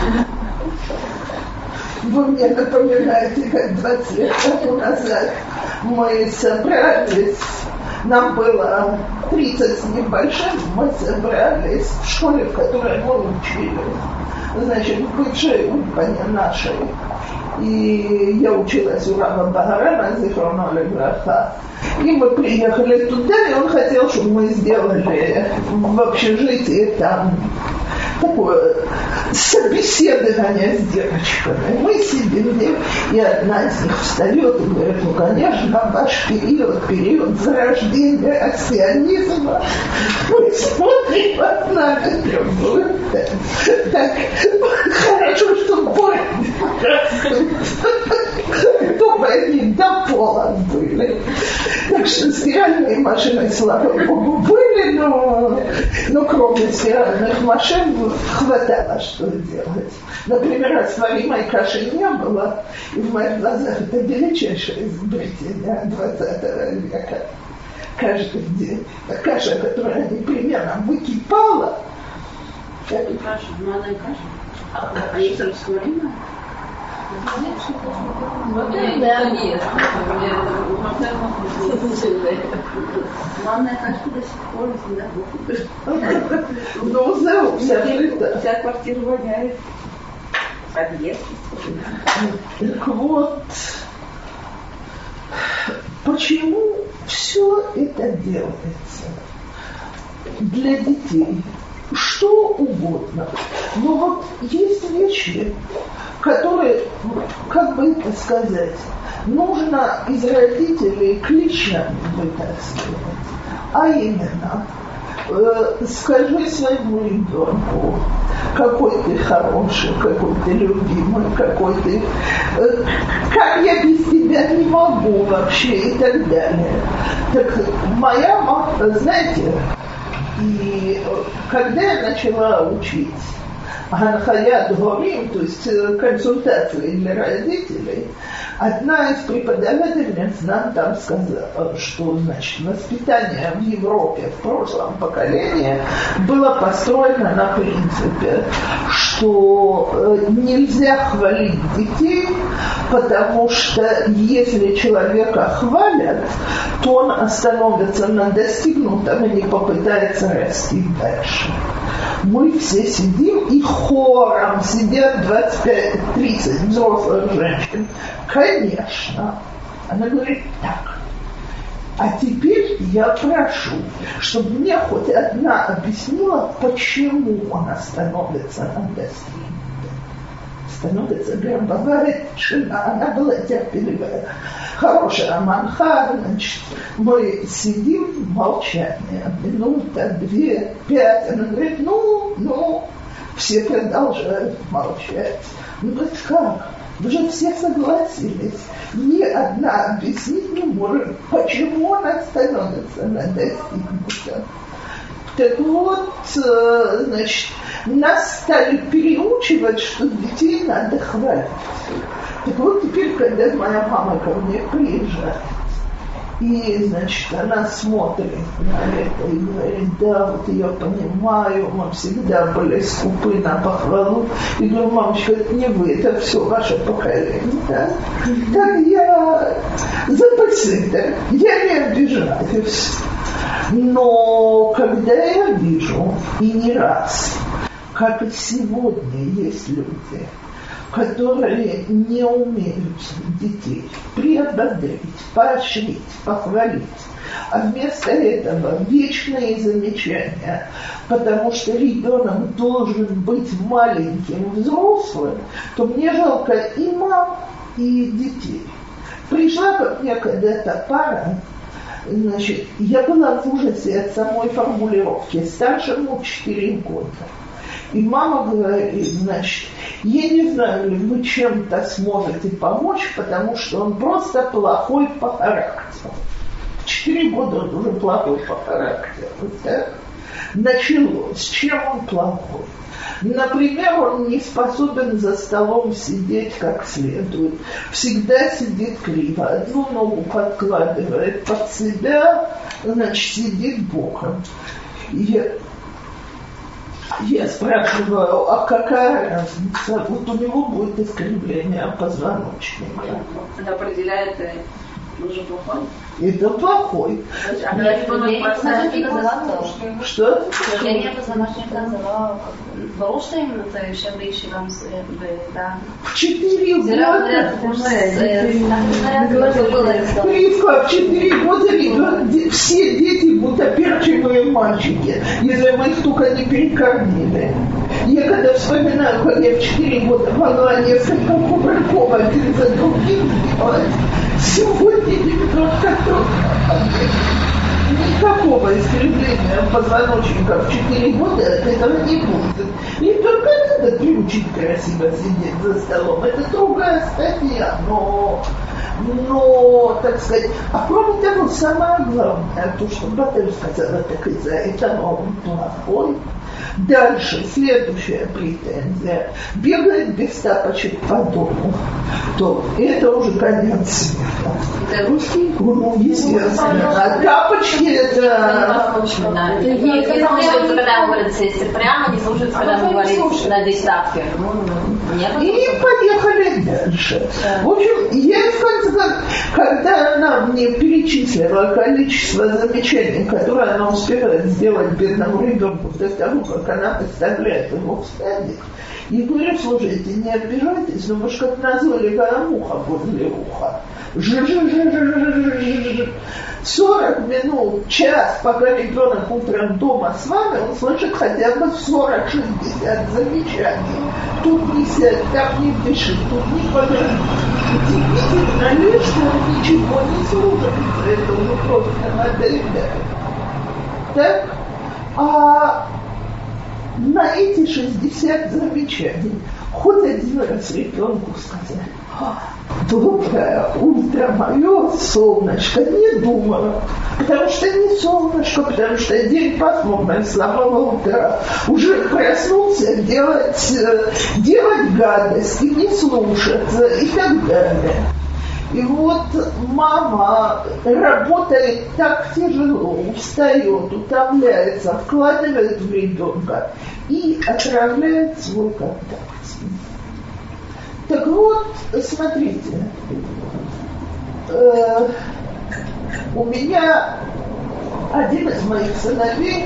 Вы мне напоминаете, как 20 лет тому назад мы собрались, нам было 30 с небольшим, мы собрались в школе, в которой мы учились, значит, в бывшей Ульпане нашей. И я училась у Рава Багарана, зихроно левраха. И мы приехали туда, и он хотел, чтобы мы сделали в общежитии там такое собеседование с девочками. Мы сидим, и одна из них встает и говорит: ну, конечно, ваш период зарождения сионизма. Мы смотрим одна на другую. Так хорошо, что больно. Дома они до пола были. Так что стиральные машины, слава богу, были, но кроме стиральных машин хватало что делать. Например, растворимой каши не было, и в моих глазах это величайшее изобретение 20 века. Каждый день. Каша, которая непременно выкипала. Каша, манная каша. А есть растворимая? Нет. Манная каша до сих пор всегда. Ну, Вся квартира воняет. Подъезд. Так вот, почему все это делается для детей? Что угодно. Но вот есть вещи, которые, как бы это сказать, нужно из родителей клещами вытаскивать. А именно, скажи своему ребенку, какой ты хороший, какой ты любимый, какой ты... как я без тебя не могу вообще и так далее. Так моя мама, знаете, и когда я начала учить Анхаят Горим, то есть консультации для родителей, одна из преподавательниц нам там сказала, что, значит, воспитание в Европе в прошлом поколении было построено на принципе, что что нельзя хвалить детей, потому что если человека хвалят, то он остановится на достигнутом и не попытается расти дальше. Мы все сидим, и хором сидят 25-30 взрослых женщин. Конечно. Она говорит так. А теперь я прошу, чтобы мне хоть одна объяснила, почему она становится на достигнутом. Становится гробовая тишина. Она была терпеливая. Хорошая манха, значит, мы сидим в молчании, минута, 2, 5. Она говорит, ну, все продолжают молчать. Ну, говорит, как? Вы же все согласились. Ни одна объяснить не может, почему она становится на достигнутом. Так вот, значит, нас стали переучивать, что детей надо хвалить. Так вот, теперь, когда моя мама ко мне приезжает, и, значит, она смотрит на это и говорит, да, вот я понимаю, мы всегда были скупы на похвалу. И говорю, мамочка, это не вы, это все ваше поколение, да? Так я запаситель, я не обижаюсь. Но когда я вижу, и не раз, как и сегодня есть люди, которые не умеют детей приободрить, поощрить, похвалить, а вместо этого вечные замечания, потому что ребенок должен быть маленьким, взрослым, то мне жалко и мам, и детей. Пришла ко мне когда-то пара, значит, я была в ужасе от самой формулировки, старшему 4 года. И мама говорит, значит, я не знаю, ли вы чем-то сможете помочь, потому что он просто плохой по характеру. В 4 года он уже плохой по характеру. Да? Началось. С чем он плохой? Например, он не способен за столом сидеть как следует. Всегда сидит криво. Одну ногу подкладывает под себя, значит, сидит боком. Я спрашиваю, а какая разница? Вот у него будет искривление позвоночника. Это определяет, уже плохой? Это плохой. Что? В 4 года. В 4 года все дети будут оперчивые мальчики, если мы их только не перекормили. Я когда вспоминаю, как я в 4 года могла несколько кувырков один за другим делать, сегодня немножко трудно. Никакого искривления позвоночника в 4 года от этого не будет. И только надо приучить красиво сидеть за столом. Это другая статья, но, так сказать, а кроме того, самое главное, то, что Батель сказала, так из-за этого он плохой. Дальше, следующая претензия. Бегает без тапочек по дому. То это уже конец света. Это русский? Ну, естественно. А тапочки это... Не слушается, когда он говорит, сесть прямо, не слушается, когда он говорит, надеть тапки. И поехали дальше. В общем, я в конце концов, когда она мне перечислила количество замечаний, которые она успевает сделать бедному ребенку до того, как она представляет его в садик, я говорю, слушайте, не обижайтесь, но вы же как назойливая муха возле уха. 40 минут, час, пока ребенок утром дома с вами, он слышит хотя бы 40-60 замечаний. Тут не сядь, там не дыши, тут не подожди. Удивительно ли, что он ничего не слушается, это уже просто надоедает. Так? А на эти 60 замечаний хоть один раз ребенку сказать: доброе утро, мое солнышко, не думала. Потому что не солнышко, потому что день пасмурный, с самого утра. Уже проснулся делать гадости, не слушаться и так далее. И вот мама работает так тяжело, устает, утомляется, вкладывает в ребенка и отправляет свой контакт с ним. Так вот, смотрите, у меня один из моих сыновей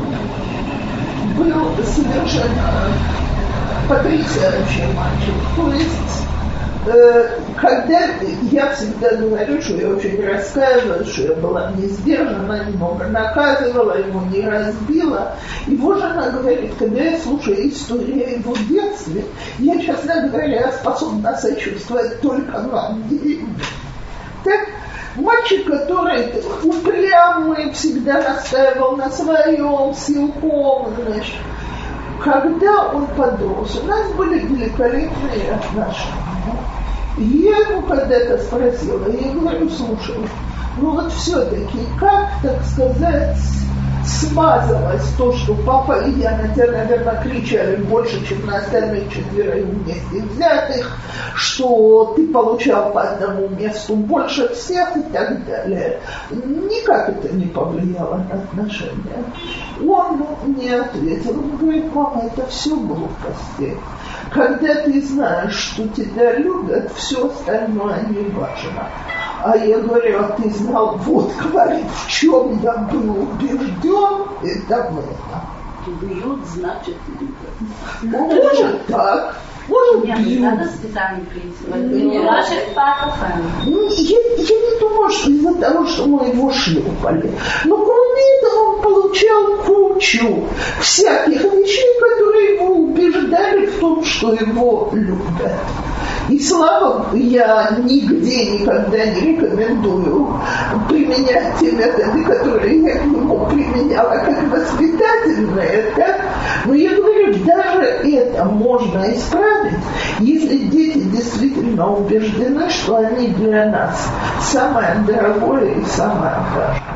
был совершенно потрясающий мальчик. То есть, когда я всегда говорю, что я очень раскаиваюсь, что я была не сдержана, немного наказывала, его не разбила. Его жена говорит, когда я слушаю историю о его детстве, я, честно говоря, способна сочувствовать только вам. Так, мальчик, который упрямый, всегда настаивал на своем, силком, значит, когда он подрос, у нас были великолепные отношения. И я ему когда-то спросила, я говорю, слушай, ну вот все-таки как, так сказать, смазалось то, что папа и я на тебя, наверное, кричали больше, чем на остальных 4 вместе взятых, что ты получал по одному месту больше всех и так далее. Никак это не повлияло на отношения. Он не ответил. Он говорит, мама, это все глупости. Когда ты знаешь, что тебя любят, все остальное не важно. А я говорю, а ты знал, вот, говорит, в чем я был убежден, это в этом. Бьют, значит, любят. Может так, может Нет, бьют. не надо специальный принцип. Это не наших папов. Я не думаю, что из-за того, что мы его шлепали. Но кроме этого он получал кучу всяких вещей, которые его убеждали в том, что его любят. И слава Богу, я нигде никогда не рекомендую применять те методы, которые я к нему применяла как воспитательные, так? Но я говорю, даже это можно исправить, если дети действительно убеждены, что они для нас самое дорогое и самое важное.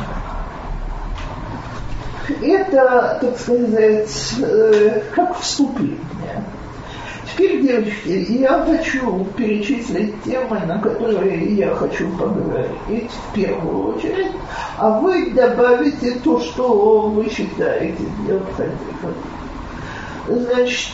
Это, так сказать, как вступление. Теперь, девочки, я хочу перечислить темы, на которые я хочу поговорить в первую очередь, а вы добавите то, что вы считаете необходимым. Значит,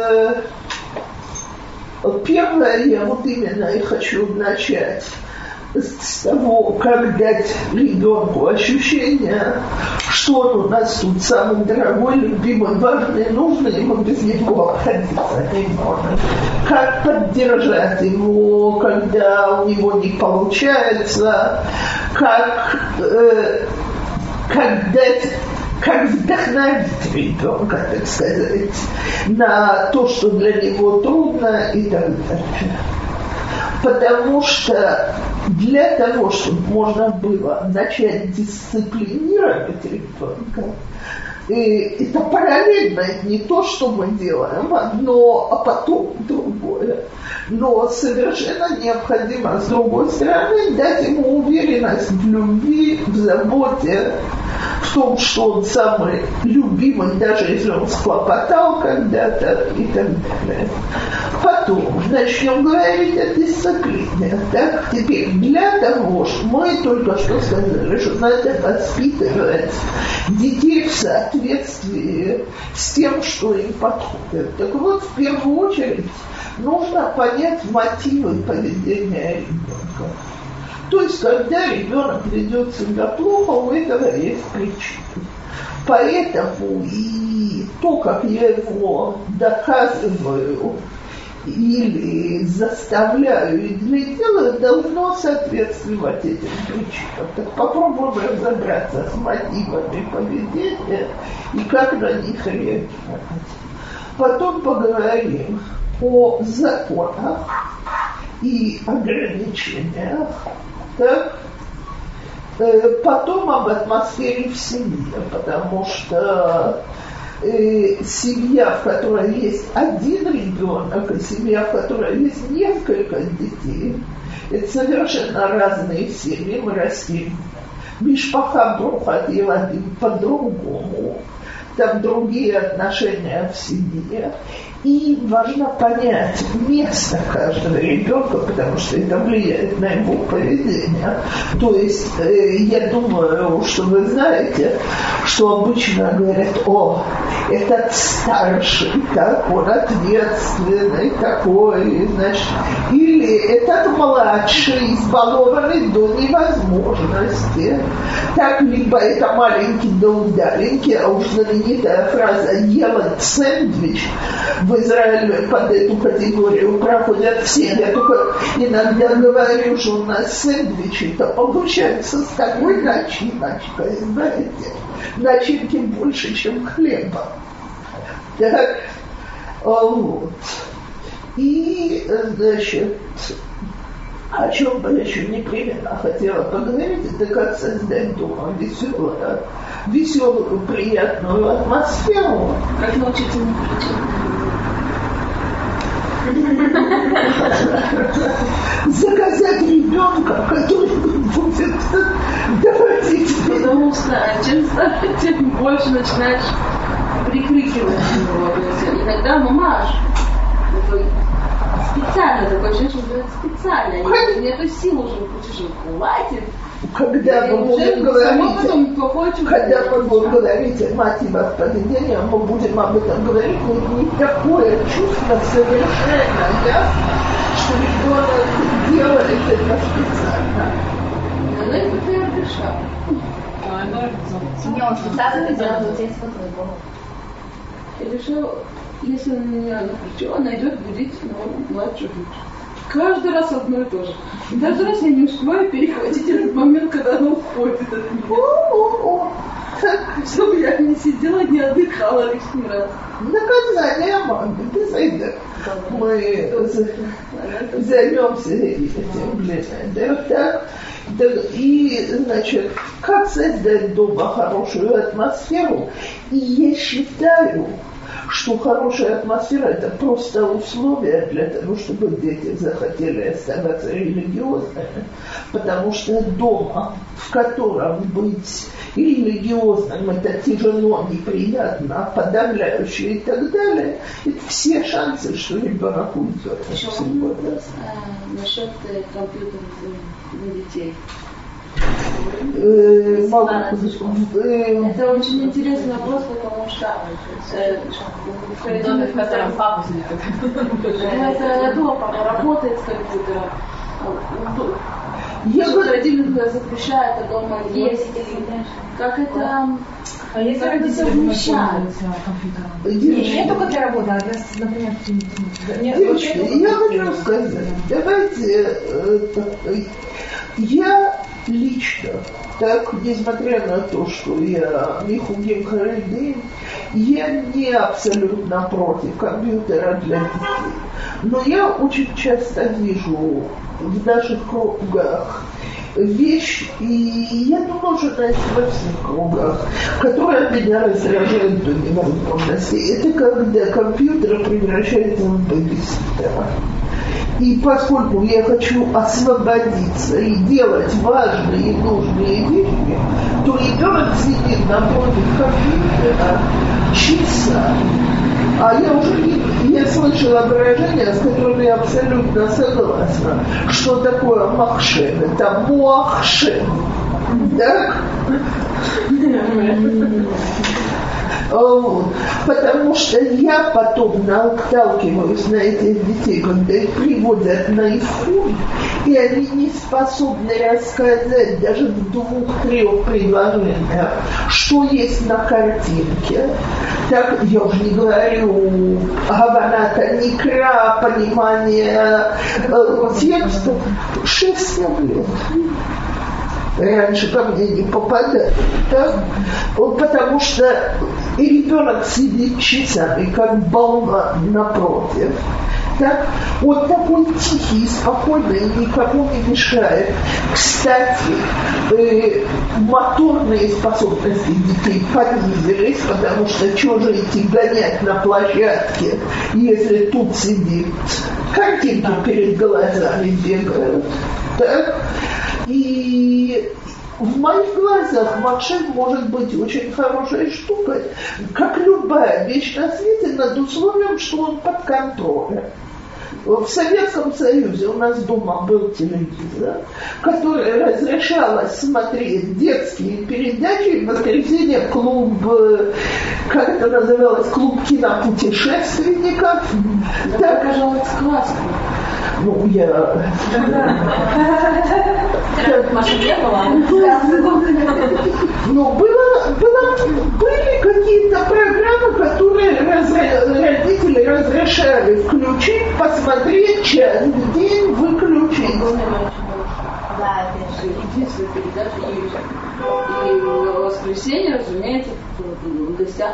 первое, я вот именно и хочу начать с того, как дать ребенку ощущение, что он у нас тут самый дорогой, любимый, важный, нужный, и мы без него обходиться не можем. Как поддержать его, когда у него не получается, как дать, как вдохновить ребенка, так сказать, на то, что для него трудно и так далее. Потому что для того, чтобы можно было начать дисциплинировать ребенка, это параллельно, не то, что мы делаем одно, а потом другое. Но совершенно необходимо, с другой стороны, дать ему уверенность в любви, в заботе, в том, что он самый любимый, даже если он схлопотал когда-то и так далее. Потом начнем говорить о дисциплине. Так? Теперь для того, что мы только что сказали, что надо воспитывать детей в соответствии с тем, что им подходит. Так вот, в первую очередь, нужно понять мотивы поведения ребенка. То есть, когда ребенок ведет себя плохо, у этого есть причины. Поэтому и то, как я его доказываю или заставляю или делаю, должно соответствовать этим причинам. Так попробуем разобраться с мотивами поведения и как на них реагировать. Потом поговорим о законах и ограничениях. Так? Потом об атмосфере в семье, потому что семья, в которой есть один ребенок, и семья, в которой есть несколько детей, это совершенно разные семьи. Мы растим мишпаха брухат еладим по-другому. там другие отношения в семье. И важно понять место каждого ребенка, потому что это влияет на его поведение. То есть я думаю, что вы знаете, что обычно говорят: о, этот старший, так, он ответственный такой, значит, или этот младший, избалованный до невозможности. Так, либо это маленький да удаленький, а уж знаменитая фраза «делать сэндвич» в Израиле под эту категорию проходят все. Я только иногда говорю, что у нас сэндвичи-то получается с такой начиночкой, знаете, начинки больше, чем хлеба. Так, вот. И, значит, о чем бы я еще непременно хотела поговорить, это как создать дома веселую, приятную атмосферу. Как научиться не Заказать ребенка, который будет доводить. Потому что чем старше, тем больше начинаешь прикрикивать его. То есть иногда мамаш специально, такое ощущение, что делает специально. И нету сил уже, хочешь, хватит. Когда мы будем говорить о мотивах поведения, мы будем об этом говорить, но не такое чувство совершенно ясно, что ребенок делает это специально. Но это первый шаг. Не, он специально это делает, у тебя есть фото. Я решил, если он меня напрячил, он найдет будить младшую дочь. Каждый раз одно и то же. И каждый раз я не успеваю перехватить этот момент, когда она уходит от меня. Чтобы я не сидела, не отдыхала лишний раз. Наказание маме, ты зайдешь. Мы займемся этим, блин. Так. И, значит, как создать дома хорошую атмосферу? И я считаю, что хорошая атмосфера – это просто условие для того, чтобы дети захотели оставаться религиозными. Потому что дома, в котором быть религиозным – это тяжело, неприятно, подавляюще и так далее, это все шансы, что ребенок уйдет. Еще вопрос насчет компьютеров для детей. Это очень интересный вопрос, потому что в доме, в котором папа сидит, это дома, папа работает с компьютером. Родители запрещают, а дома есть. Как это... А если родители совмещают компьютером? Не только для работы, а для, например, девочки, я хочу сказать, давайте, я лично, так, несмотря на то, что я Михугим Харидим, я не абсолютно против компьютера для детей. Но я очень часто вижу в наших кругах вещь, и я думаю, что это во всех кругах, которая меня раздражает до невозможности. Это когда компьютер превращается в бэбиситера. И поскольку я хочу освободиться и делать важные и нужные вещи, то ребенок сидит напротив компьютера часами. А я слышала выражение, с которым я абсолютно согласна, что такое махшем, это муахшем. Так? Вот. Потому что я потом наталкиваюсь на этих детей, когда их приводят на ифхун, и они не способны рассказать даже в 2-3 предложениях, что есть на картинке. Так, я уже не говорю гаваната никра, понимание текста. 6-7 лет. Раньше ко мне не попадали, да? Потому что и ребенок сидит часами, как болван напротив. Так? Он такой тихий и спокойный, никому не мешает. Кстати, моторные способности детей понизились, потому что что же идти гонять на площадке, если тут сидит, картинки перед глазами бегают. Так? И В моих глазах махшев может быть очень хорошей штукой, как любая вещь на свете, над условием, что он под контролем. В Советском Союзе у нас дома был телевизор, который разрешалось смотреть детские передачи. В воскресенье клуб, как это называлось, клуб кинопутешественников. Так, пожалуйста, сказку. Ну, я... Маши не было. Ну, были какие-то программы, которые родители разрешали включить, посмотреть час в день, выключить. Да, единственная передача. И в воскресенье, разумеется, в гостях.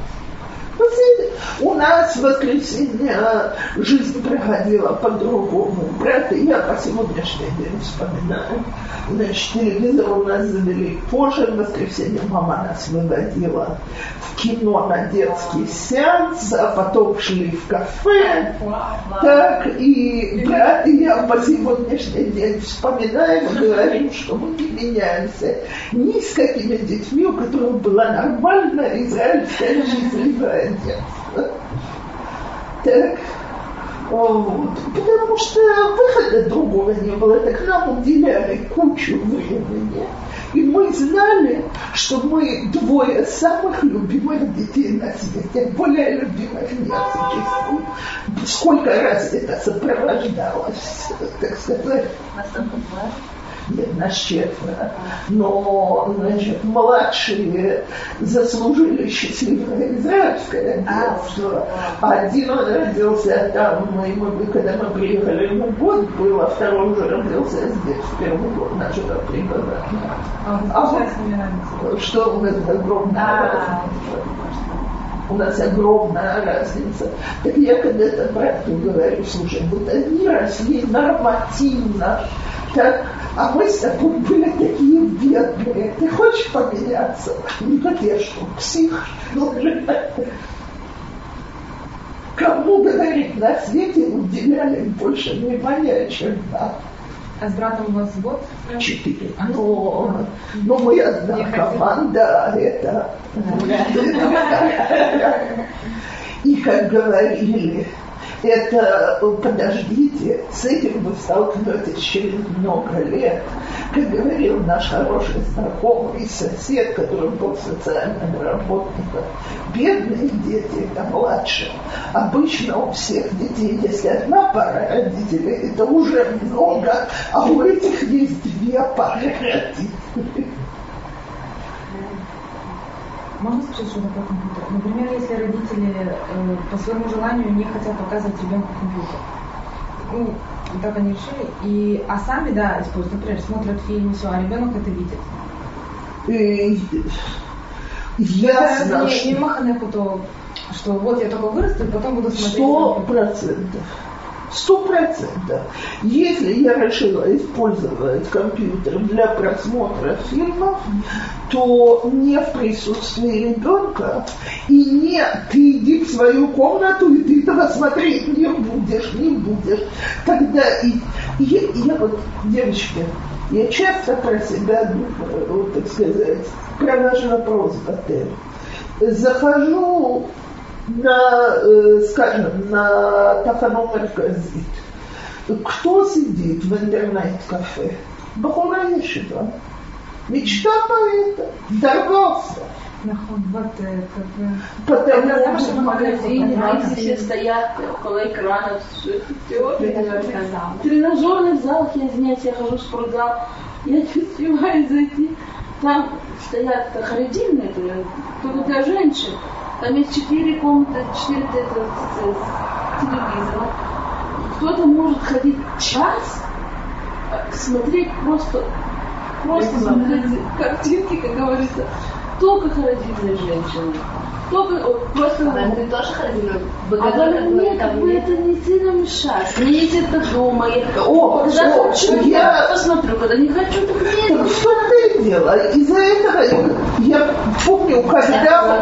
У нас в воскресенье жизнь проходила по-другому. Брат и я по сегодняшний день вспоминаю. Значит, телевизор у нас завели позже. В воскресенье мама нас выводила в кино на детский сеанс, а потом шли в кафе. Так, и брат и я по сегодняшний день вспоминаем и говорим, что мы не меняемся ни с какими детьми, у которых была нормальная израильская счастливая детство. Так, вот. Потому что выхода другого не было, так нам уделяли кучу времени. И мы знали, что мы двое самых любимых детей на свете. Более любимых не существует. Сколько раз это сопровождалось, так сказать. Нет, нас 4. Но, значит, младшие заслужили счастливое израильское детство. Один он родился там, когда мы приехали, ему год был, а второй уже родился здесь, в первый год нашего пребывания. Что у нас огромная разница. У нас огромная разница. Так я когда-то брату говорю, слушай, вот они росли нормативно, так, а мы с тобой были такие бедные. Ты хочешь поменяться? Ну, так я что, псих, что ли? Кому, говорит, на свете уделяли больше внимания, чем нам? А с братом у вас год? 4. Но мы одна команда, это... И, как говорили, это, подождите, с этим вы столкнетесь через много лет. Как говорил наш хороший знакомый сосед, который был социальным работником, бедные дети, это младшие. Обычно у всех детей, если одна пара родителей, это уже много, а у этих есть 2 пары родителей. Можно спросить что-то про компьютер? Например, если родители по своему желанию не хотят показывать ребенку компьютер. Ну, так они решили. А сами, да, используют, например, смотрят фильм, все, а ребенок это видит. Ясно. Это не маханное фото, что вот я только вырасту, и потом буду смотреть. 100%. Если я решила использовать компьютер для просмотра фильмов, то не в присутствии ребенка, и не ты иди в свою комнату, и ты этого смотреть не будешь. Тогда я вот, девочки, я часто про себя думаю, вот, так сказать, про наш вопрос в отель. Захожу скажем, на Тафану-Мерказит. Кто сидит в интернет-кафе? Бахура Ешива. Мечта поэта. Дорвался. Потому что в магазине все стоят около экранов, в тренажерных залах, я извиняюсь, я хожу в спортзал, я не успеваю зайти. Там стоят харидимные, только для женщин. Там есть 4 комнаты, 4 телевизора. Кто-то может ходить час, смотреть просто смотреть картинки, как говорится, только харидимные женщины. Просто... А ты тоже ходила? Нет, это не сильно мешает. Мне есть это дома. Когда хочу, я посмотрю. Когда не хочу, так нет. Так что ты делала? Из-за этого я помню, когда...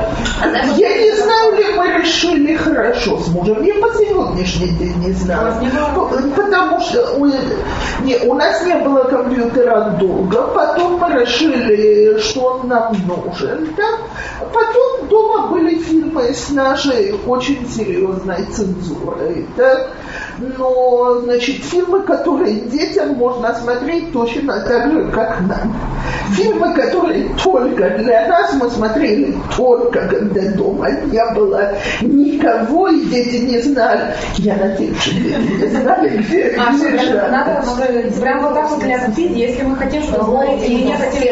Я не знаю, ли мы решили хорошо с мужем. Я по сегодняшний день не знаю. Потому что у нас не было компьютера долго. Потом мы решили, что он нам нужен. Да? Потом дома были фильмы с нашей очень серьезной цензурой. Да? Но, значит, фильмы, которые детям можно смотреть точно так же, как нам. Фильмы, которые только для нас, мы смотрели только, когда дома не было никого, и дети не знали. Я надеюсь, что дети не знали, где лежат. Надо прям вот так вот ляпить, если мы хотим что-то смотреть, или не хотим.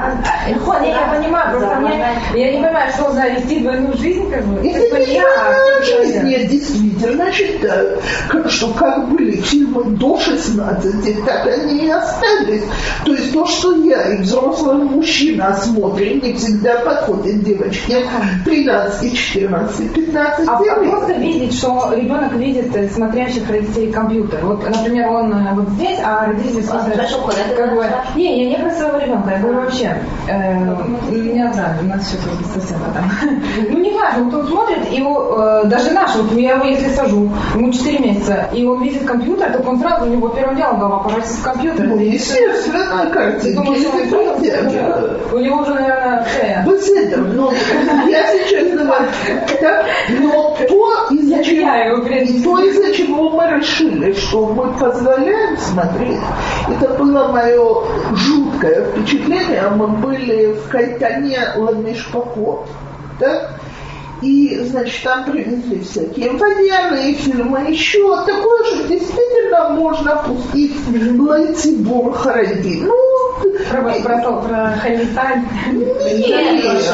Я понимаю, просто я не понимаю, что за вести двойную жизнь, как бы. Это не двойная жизнь, я действительно считаю, что как были фильмы до 16, так они и остались. То есть то, что я и взрослый мужчина смотрим, не всегда подходит девочке 13, 14, 15 лет. А просто видеть, что ребенок видит смотрящих родителей компьютер. Вот, например, он вот здесь, а родители смотрят. Как бы, не, я не про своего ребенка, я говорю вообще. Меня да, у нас сейчас совсем там. Ну не важно, вот он смотрит, его даже наш, вот я его если сажу, ему 4 месяца, и он видит компьютер, так он сразу, у него первым делом голова поворачивается в компьютер. Ну, естественно, картинки. У него уже, наверное, шея. Но я сейчас говорю, но то, из-за чего мы решили, что мы позволяем смотреть, это было мое жуткое впечатление. Мы были в Кайтане Ламишпахот, да? И, значит, там привезли всякие военные фильмы, еще такое, что действительно можно пустить Лайцибур Харади. Ну, про Халифаль. Нет,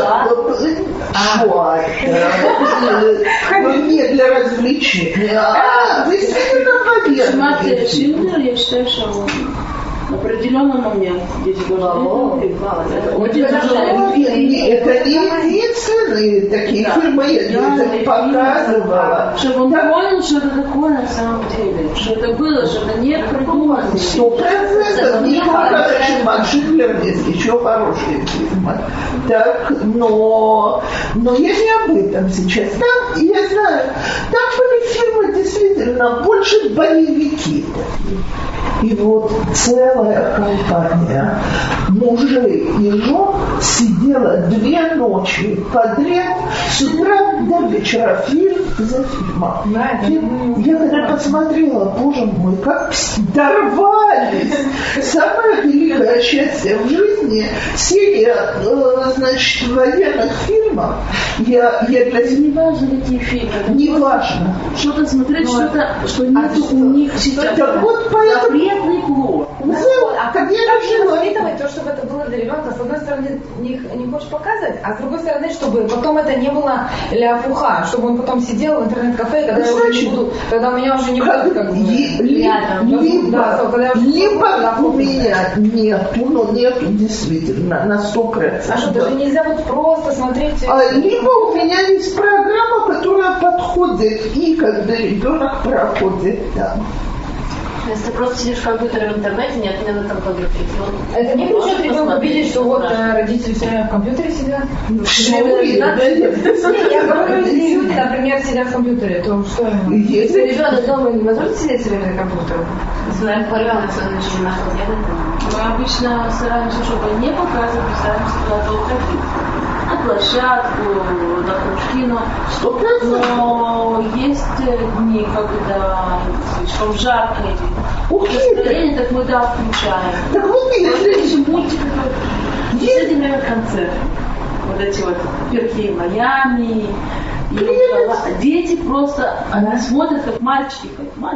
не для развлечения, а действительно военные. Смотри, Шиндлер, я считаю, что он в определенный момент дети должны это очень тяжело. Это не единственные такие фильмы, я показывала. Чтобы он понял, что это такое на самом деле. Что это было, что это не придумано. 100%. Николай Шиндлер есть еще хорошие фильмы. Так, но я не об этом сейчас. Там, я знаю, там были фильмы действительно больше боевики. И вот целая компания мужей и жен сидела 2 ночи подряд с утра до вечера фильм за фильмом. Я когда посмотрела, боже мой, как дорвались. Самое великое счастье в жизни серия, значит, военных фильмов. Я для себя... Не важно, какие фильмы. Не важно. Что-то смотреть, что нет у них сейчас. Так вот поэтому... Запретный плод. А как я воспитывать то, чтобы это было для ребенка, с одной стороны, не хочешь показывать, а с другой стороны, чтобы потом это не было ля-фуха, чтобы он потом сидел в интернет-кафе, когда я уже не буду, когда у меня уже не будет как бы либо у меня нету действительно на 100%. А что, даже нельзя вот просто смотреть? Либо у меня есть программа, которая подходит и когда ребенок проходит там. Если ты просто сидишь в компьютере в интернете, нет там фотографии. Это не кричит ребенку видеть, что вот родители все время в компьютере сидят? Я говорю, если люди, например, сидят в компьютере, то что? Если ребенок дома не может сидеть все время на компьютере, если порвем, если он начнет нахуй делать, мы обычно стараемся, чтобы не показывать, стараемся куда-то уходить. На площадку, до кружки, но есть дни, когда слишком жарко, настроение, так мы включаем. Так вот, если мультик, и с этим время концерт. Вот эти вот перки в Майами. Дети просто, они смотрят как мальчики.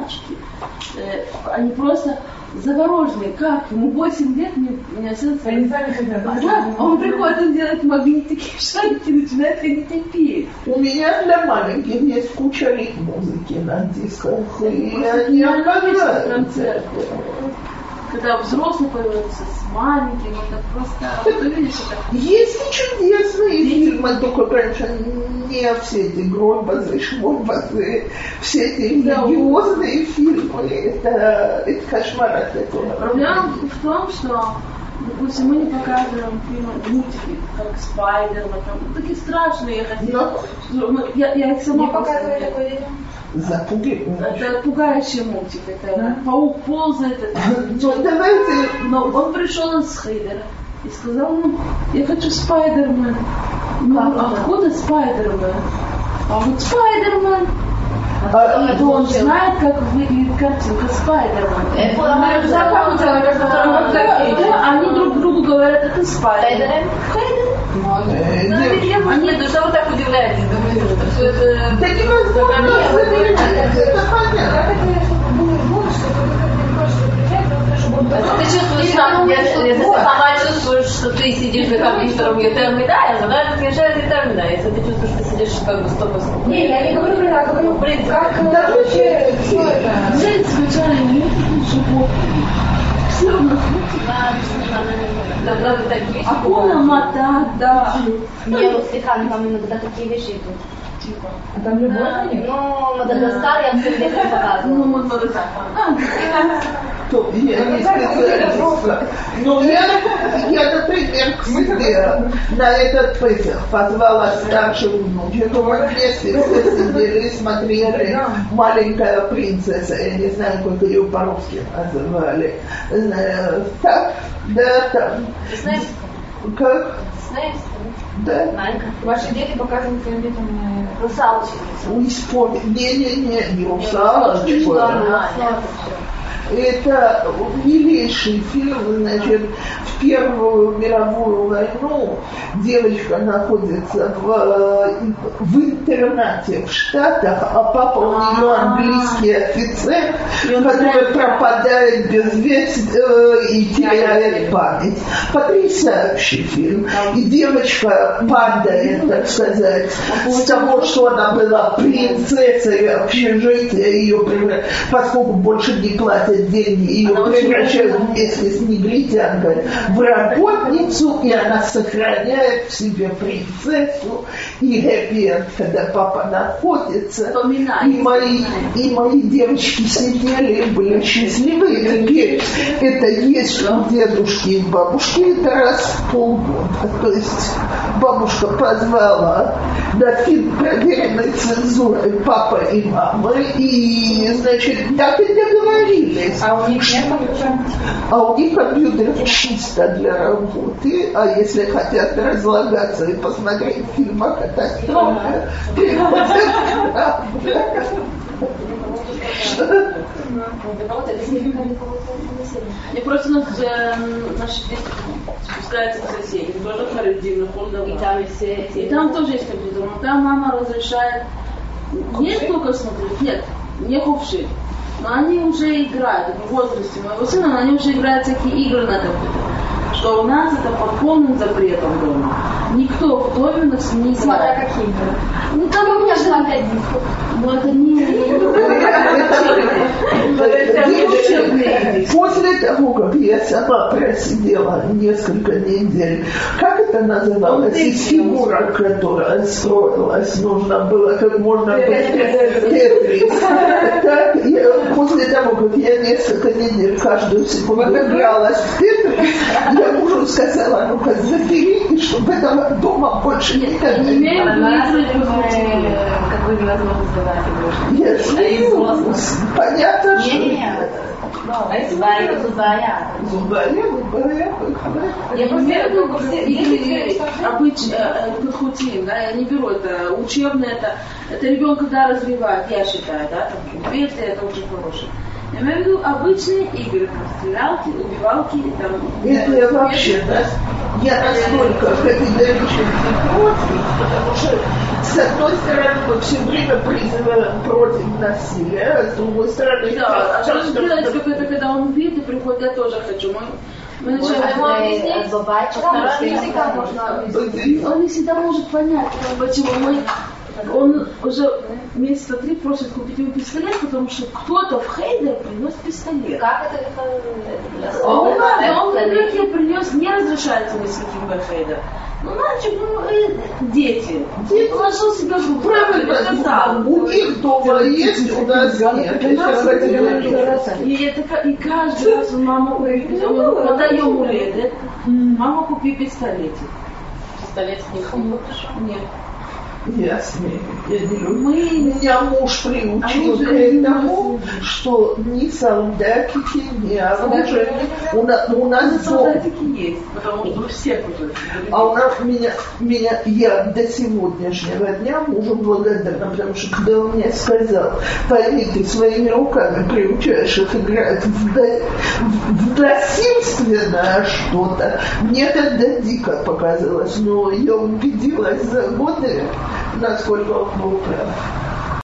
Они просто завороженные. Как? Ему 8 лет, мне сын... Они сами хотят. Да, он приходит, он делает магнитики, шарики, начинает ходить и петь. У меня для маленьких есть куча ритм-музыки на дисках. И они обожают. когда взрослый появляется с маленьким, это просто, ты видишь, это... Есть и чудесные фильмы, только раньше не все эти Гройбазы, Шмойбазы, все эти религиозные фильмы, это кошмар от этого. Проблема в том, что, допустим, мы не показываем фильмы, мультики, как Спайдермен, такие страшные, я их сама показываю такое видео. Это пугающий мультик, это паук ползает, но он пришел из Хейдера и сказал, я хочу Спайдермен. Откуда Спайдермен? А вот Спайдермен. То он знает, как выглядит картинка Спайдермена. Они друг другу говорят, это Спайдермен. Нет, ну что вы так удивляетесь? Думаете, что все это... Да невозможно, это понятно. Ты чувствуешь сам, если ты сама чувствуешь, что ты сидишь за компьютером Етермида, тогда это приезжает Етермида. Если ты чувствуешь, что ты сидишь как бы 100%. Не, я не говорю про это, говорю, как вообще все это. Взять сначала живот. Все равно. Тогда вы такие. Акуна мотать, да. Не, вот с экрана там иногда такие вещи идут. Типа. А там любовь нет? Ну, Мадагаскар я всем детям показывала. Мадагаскар. Я не специалист. Но я, например, к себе на этот Песах позвала старшую внучку. Мы вместе все сидели и смотрели «Маленькая принцесса». Я не знаю, как ее по-русски называли. Так, да, там. Как? Да. Ваши дети показывают своим детям Русалочки. Не русалочка. Это милейший фильм, значит, в Первую мировую войну девочка находится в интернате в Штатах, а папа у нее английский офицер, который пропадает без вести и теряет память. Потрясающий фильм. И девочка падает, так сказать, с того, что она была принцессой общежития, ее, поскольку больше не платят деньги, ее превращают вместе с негритянкой в работницу, и она сохраняет в себе принцессу и хэппи-энд, когда папа находится. И мои девочки сидели и были счастливы. И теперь это есть у дедушки и бабушки, это раз в полгода. То есть бабушка позвала на фильм, проверенной цензурой, папа и мама, и, значит, так и договорились. А у них нет компьютера? А у них компьютер чисто для работы, а если хотят разлагаться и посмотреть фильм о катастрофе, мне просто наши дети спускаются к соседям, тоже харидим, и там тоже есть компьютер, но там мама разрешает не только смотреть, нет, не хувши, но они уже играют, в возрасте моего сына, они уже играют всякие игры на компьютере. Что у нас это под полным запретом дома. Никто в доме нас не знает. Смотря какие. Ну там у меня же опять диско. Но это не... После того, как я сама просидела несколько недель, как это называлось? Из фигура, которая строилась, нужно было как можно быстрее тетрис. Так, после того, как я несколько недель каждую секунду игралась в тетрис, я мужу сказала, ну-ка забери, и чтобы этого дома больше никогда не было. Как вы невозможно сказать игрушки. Понятно, что... Зубаря. Я имею в виду обычно подхутим, да, я не беру это учебное, это ребенок когда развивает, я считаю, да, там компьютер, это очень хорошее. Я имею в виду обычные игры, там, стрелялки, убивалки, там... Это я вообще, да, я настолько категорически против, потому что, с одной стороны, мы все время призываем против насилия, а с другой стороны... Да, а что же делать, как это, когда он видит и приходит, я тоже хочу. Мы начинаем ему объяснить, он не всегда может понять, почему мы Он уже месяца 3 просит купить ему пистолет, потому что кто-то в хейдер принес пистолет. Как это? Он говорит, я принес, не разрешается ни с каким хейдер. Ну, мальчик, дети. Положил себе в руку. Правильно, у них дома есть, у нас нет. И каждый раз мама купит пистолет. Подаем улет. Мама, купи пистолетик. Пистолет с ним не купишь? Нет. Я смею, я делю. Меня муж приучил к этому, что ни солдатики, ни оружие. У нас солдатики есть, потому что у всех уже. А у нас я до сегодняшнего дня мужу благодарна, потому что когда он мне сказал, пойми, ты своими руками приучаешь их играть в насильственное что-то, мне тогда дико показалось, но я убедилась за годы, насколько он был прав.